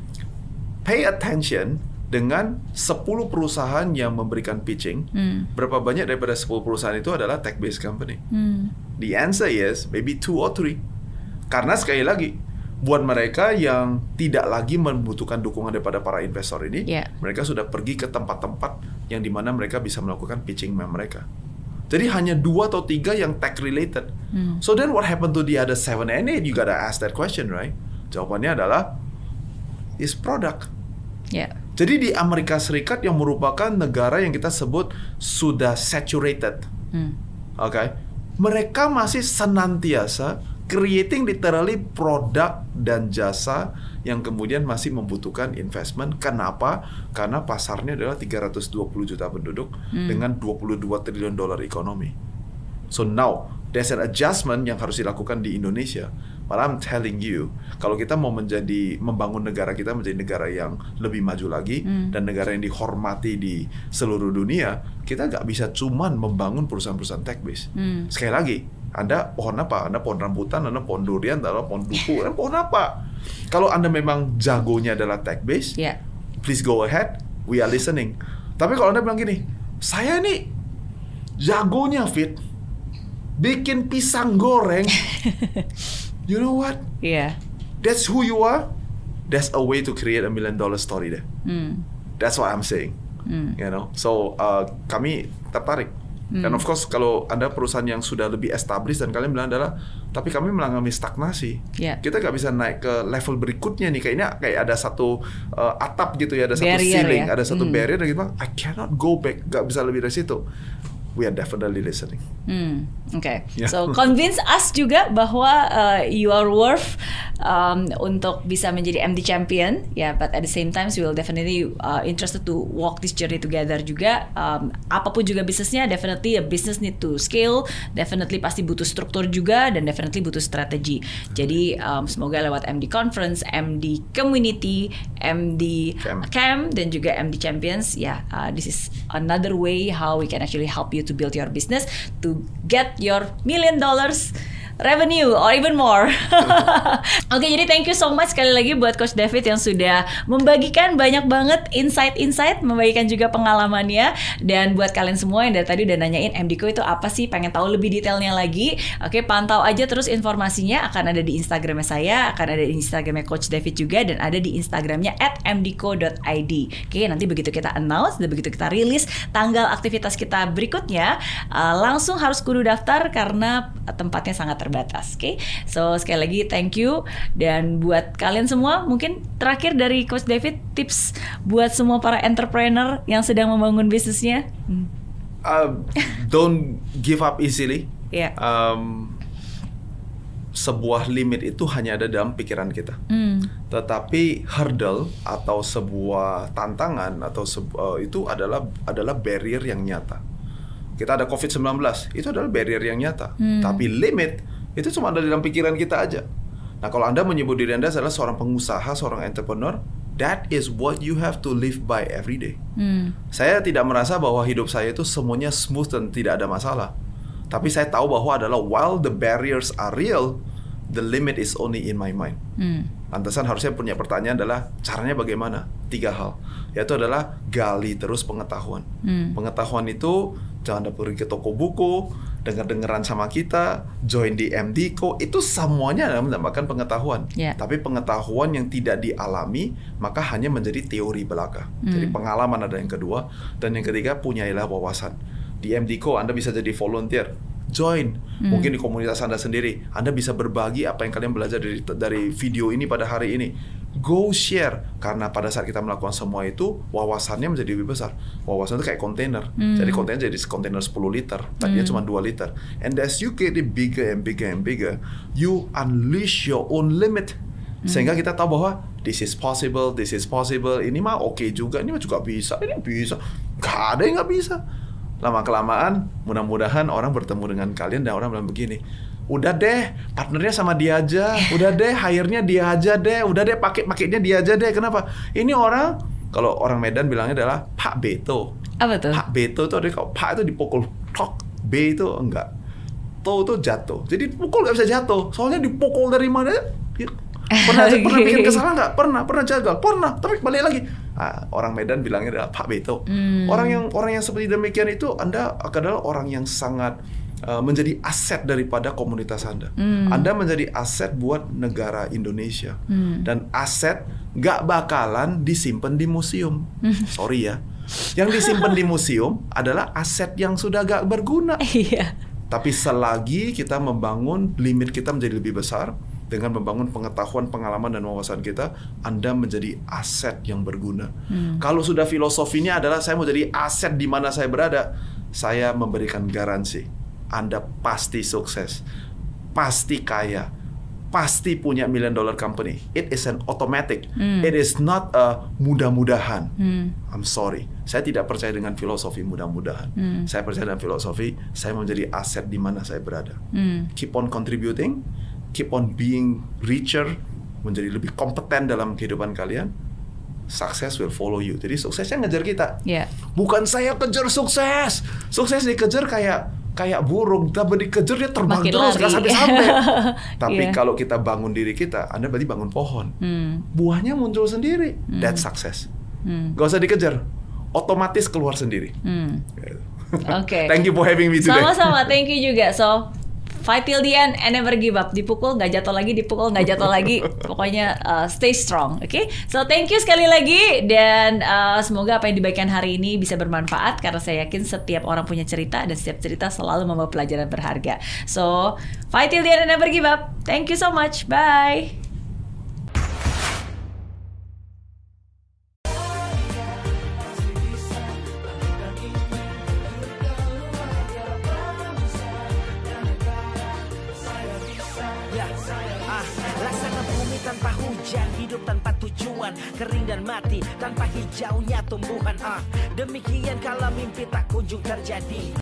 pay attention dengan 10 perusahaan yang memberikan pitching, berapa banyak daripada 10 perusahaan itu adalah tech-based company? The answer is maybe 2 or 3. Karena sekali lagi, buat mereka yang tidak lagi membutuhkan dukungan daripada para investor ini, mereka sudah pergi ke tempat-tempat yang dimana mereka bisa melakukan pitching mereka. Jadi hanya 2 atau 3 yang tech related. So then what happened to the other 7 and 8? You gotta ask that question, right? Jawabannya adalah is product. Jadi di Amerika Serikat yang merupakan negara yang kita sebut sudah saturated, mereka masih senantiasa creating literally produk dan jasa yang kemudian masih membutuhkan investment. Kenapa? Karena pasarnya adalah 320 juta penduduk dengan 22 triliun dolar ekonomi. So now, there's an adjustment yang harus dilakukan di Indonesia. But I'm telling you, kalau kita mau membangun negara kita menjadi negara yang lebih maju lagi dan negara yang dihormati di seluruh dunia, kita nggak bisa cuman membangun perusahaan-perusahaan tech base. Sekali lagi, Anda pohon apa? Anda pohon rambutan, Anda pohon durian, Anda pohon duku, Anda pohon apa? Kalau Anda memang jagonya adalah tech base, please go ahead, we are listening. Tapi kalau Anda bilang gini, saya nih jagonya Fit, bikin pisang goreng, you know what? That's who you are. That's a way to create $1 million story there. That's what I'm saying. You know, so kami tertarik. Dan of course kalau Anda perusahaan yang sudah lebih established dan kalian bilang adalah, tapi kami mengalami stagnasi. Kita nggak bisa naik ke level berikutnya nih. Kayaknya kayak ada satu atap gitu ya, ada satu ceiling, ada satu barrier dan gitu. I cannot go back. Nggak bisa lebih dari situ. We are definitely listening. So convince us juga bahwa you are worth untuk bisa menjadi MD champion, but at the same time we will definitely interested to walk this journey together juga. Apapun juga bisnisnya, definitely a business need to scale, definitely pasti butuh struktur juga dan definitely butuh strategi. Jadi semoga lewat MD Conference, MD Community, MD Camp dan juga MD Champions, this is another way how we can actually help you to build your business to get your $1 million revenue or even more. Oke, jadi thank you so much sekali lagi buat Coach David yang sudah membagikan banyak banget insight-insight, membagikan juga pengalamannya. Dan buat kalian semua yang dari tadi udah nanyain MDco itu apa sih, pengen tahu lebih detailnya lagi, oke, pantau aja terus informasinya. Akan ada di Instagramnya saya, akan ada di Instagramnya Coach David juga, dan ada di Instagramnya @mdco.id. Oke, nanti begitu kita announce dan begitu kita rilis tanggal aktivitas kita berikutnya, langsung harus kudu daftar karena tempatnya sangat terbatas. Oke, so sekali lagi thank you. Dan buat kalian semua, mungkin terakhir dari Coach David, tips buat semua para entrepreneur yang sedang membangun bisnisnya. Don't give up easily. Sebuah limit itu hanya ada dalam pikiran kita. Tetapi hurdle atau sebuah tantangan atau itu adalah barrier yang nyata. Kita ada COVID-19, itu adalah barrier yang nyata. Tapi limit itu cuma ada dalam pikiran kita aja. Nah, kalau Anda menyebut diri Anda adalah seorang pengusaha, seorang entrepreneur, that is what you have to live by every day. Saya tidak merasa bahwa hidup saya itu semuanya smooth dan tidak ada masalah. Tapi saya tahu bahwa adalah while the barriers are real, the limit is only in my mind. Lantasan harusnya punya pertanyaan adalah caranya bagaimana? 3 hal, yaitu adalah gali terus pengetahuan. Pengetahuan itu jangan pergi ke toko buku, dengar-dengaran sama kita, join di MDco, itu semuanya adalah mendapatkan pengetahuan. Tapi pengetahuan yang tidak dialami maka hanya menjadi teori belaka. Jadi pengalaman ada yang kedua, dan yang ketiga punyailah wawasan. Di MDco Anda bisa jadi volunteer. Join, mungkin di komunitas Anda sendiri. Anda bisa berbagi apa yang kalian belajar dari video ini pada hari ini. Go share, karena pada saat kita melakukan semua itu, wawasannya menjadi lebih besar. Wawasan itu kayak kontainer. Jadi kontainer jadi kontainer 10 liter, tadinya cuma 2 liter. And as you get it bigger and bigger and bigger, you unleash your own limit. Sehingga kita tahu bahwa this is possible, ini mah oke juga, ini mah juga bisa, ini bisa. Gak ada yang gak bisa. Lama-kelamaan, mudah-mudahan orang bertemu dengan kalian dan orang bilang begini, udah deh, partnernya sama dia aja, udah deh, hire-nya dia aja deh, udah deh, pakainya dia aja deh. Kenapa? Ini orang, kalau orang Medan bilangnya adalah Pak Beto. Apa tuh? Pak Beto itu ada, kalau Pak itu dipukul, tok, B itu enggak, To itu jatuh. Jadi pukul nggak bisa jatuh, soalnya dipukul dari mana? Pernah bikin kesalahan nggak? Pernah jagal, pernah, tapi balik lagi. Orang Medan bilangnya adalah Pak Beto. Orang yang seperti demikian itu adalah orang yang sangat menjadi aset daripada komunitas Anda. Anda menjadi aset buat negara Indonesia. Dan aset gak bakalan disimpan di museum. Sorry ya. Yang disimpan di museum adalah aset yang sudah gak berguna. Tapi selagi kita membangun limit kita menjadi lebih besar, dengan membangun pengetahuan, pengalaman, dan wawasan kita, Anda menjadi aset yang berguna. Kalau sudah filosofinya adalah saya mau jadi aset di mana saya berada, saya memberikan garansi Anda pasti sukses, pasti kaya, pasti punya $1 million company. It is an automatic. It is not a mudah-mudahan. I'm sorry. Saya tidak percaya dengan filosofi mudah-mudahan. Saya percaya dengan filosofi saya mau menjadi aset di mana saya berada. Keep on contributing, keep on being richer, menjadi lebih kompeten dalam kehidupan kalian. Success will follow you. Jadi suksesnya ngejar kita. Bukan saya kejar sukses. Sukses dikejar kayak burung, tapi dikejar dia terbang makin terus, nggak sampai-sampai. Tapi kalau kita bangun diri kita, Anda berarti bangun pohon. Buahnya muncul sendiri. That's success. Gak usah dikejar, otomatis keluar sendiri. Oke. Thank you for having me today. Sama-sama, thank you juga. So, fight till the end and never give up. Dipukul nggak jatuh lagi, dipukul nggak jatuh lagi. Pokoknya stay strong, oke? So thank you sekali lagi, dan semoga apa yang dibagikan hari ini bisa bermanfaat, karena saya yakin setiap orang punya cerita dan setiap cerita selalu membawa pelajaran berharga. So fight till the end and never give up. Thank you so much. Bye. Laksana bumi tanpa hujan, hidup tanpa tujuan, kering dan mati tanpa hijaunya tumbuhan. Demikian kalau mimpi tak kunjung terjadi.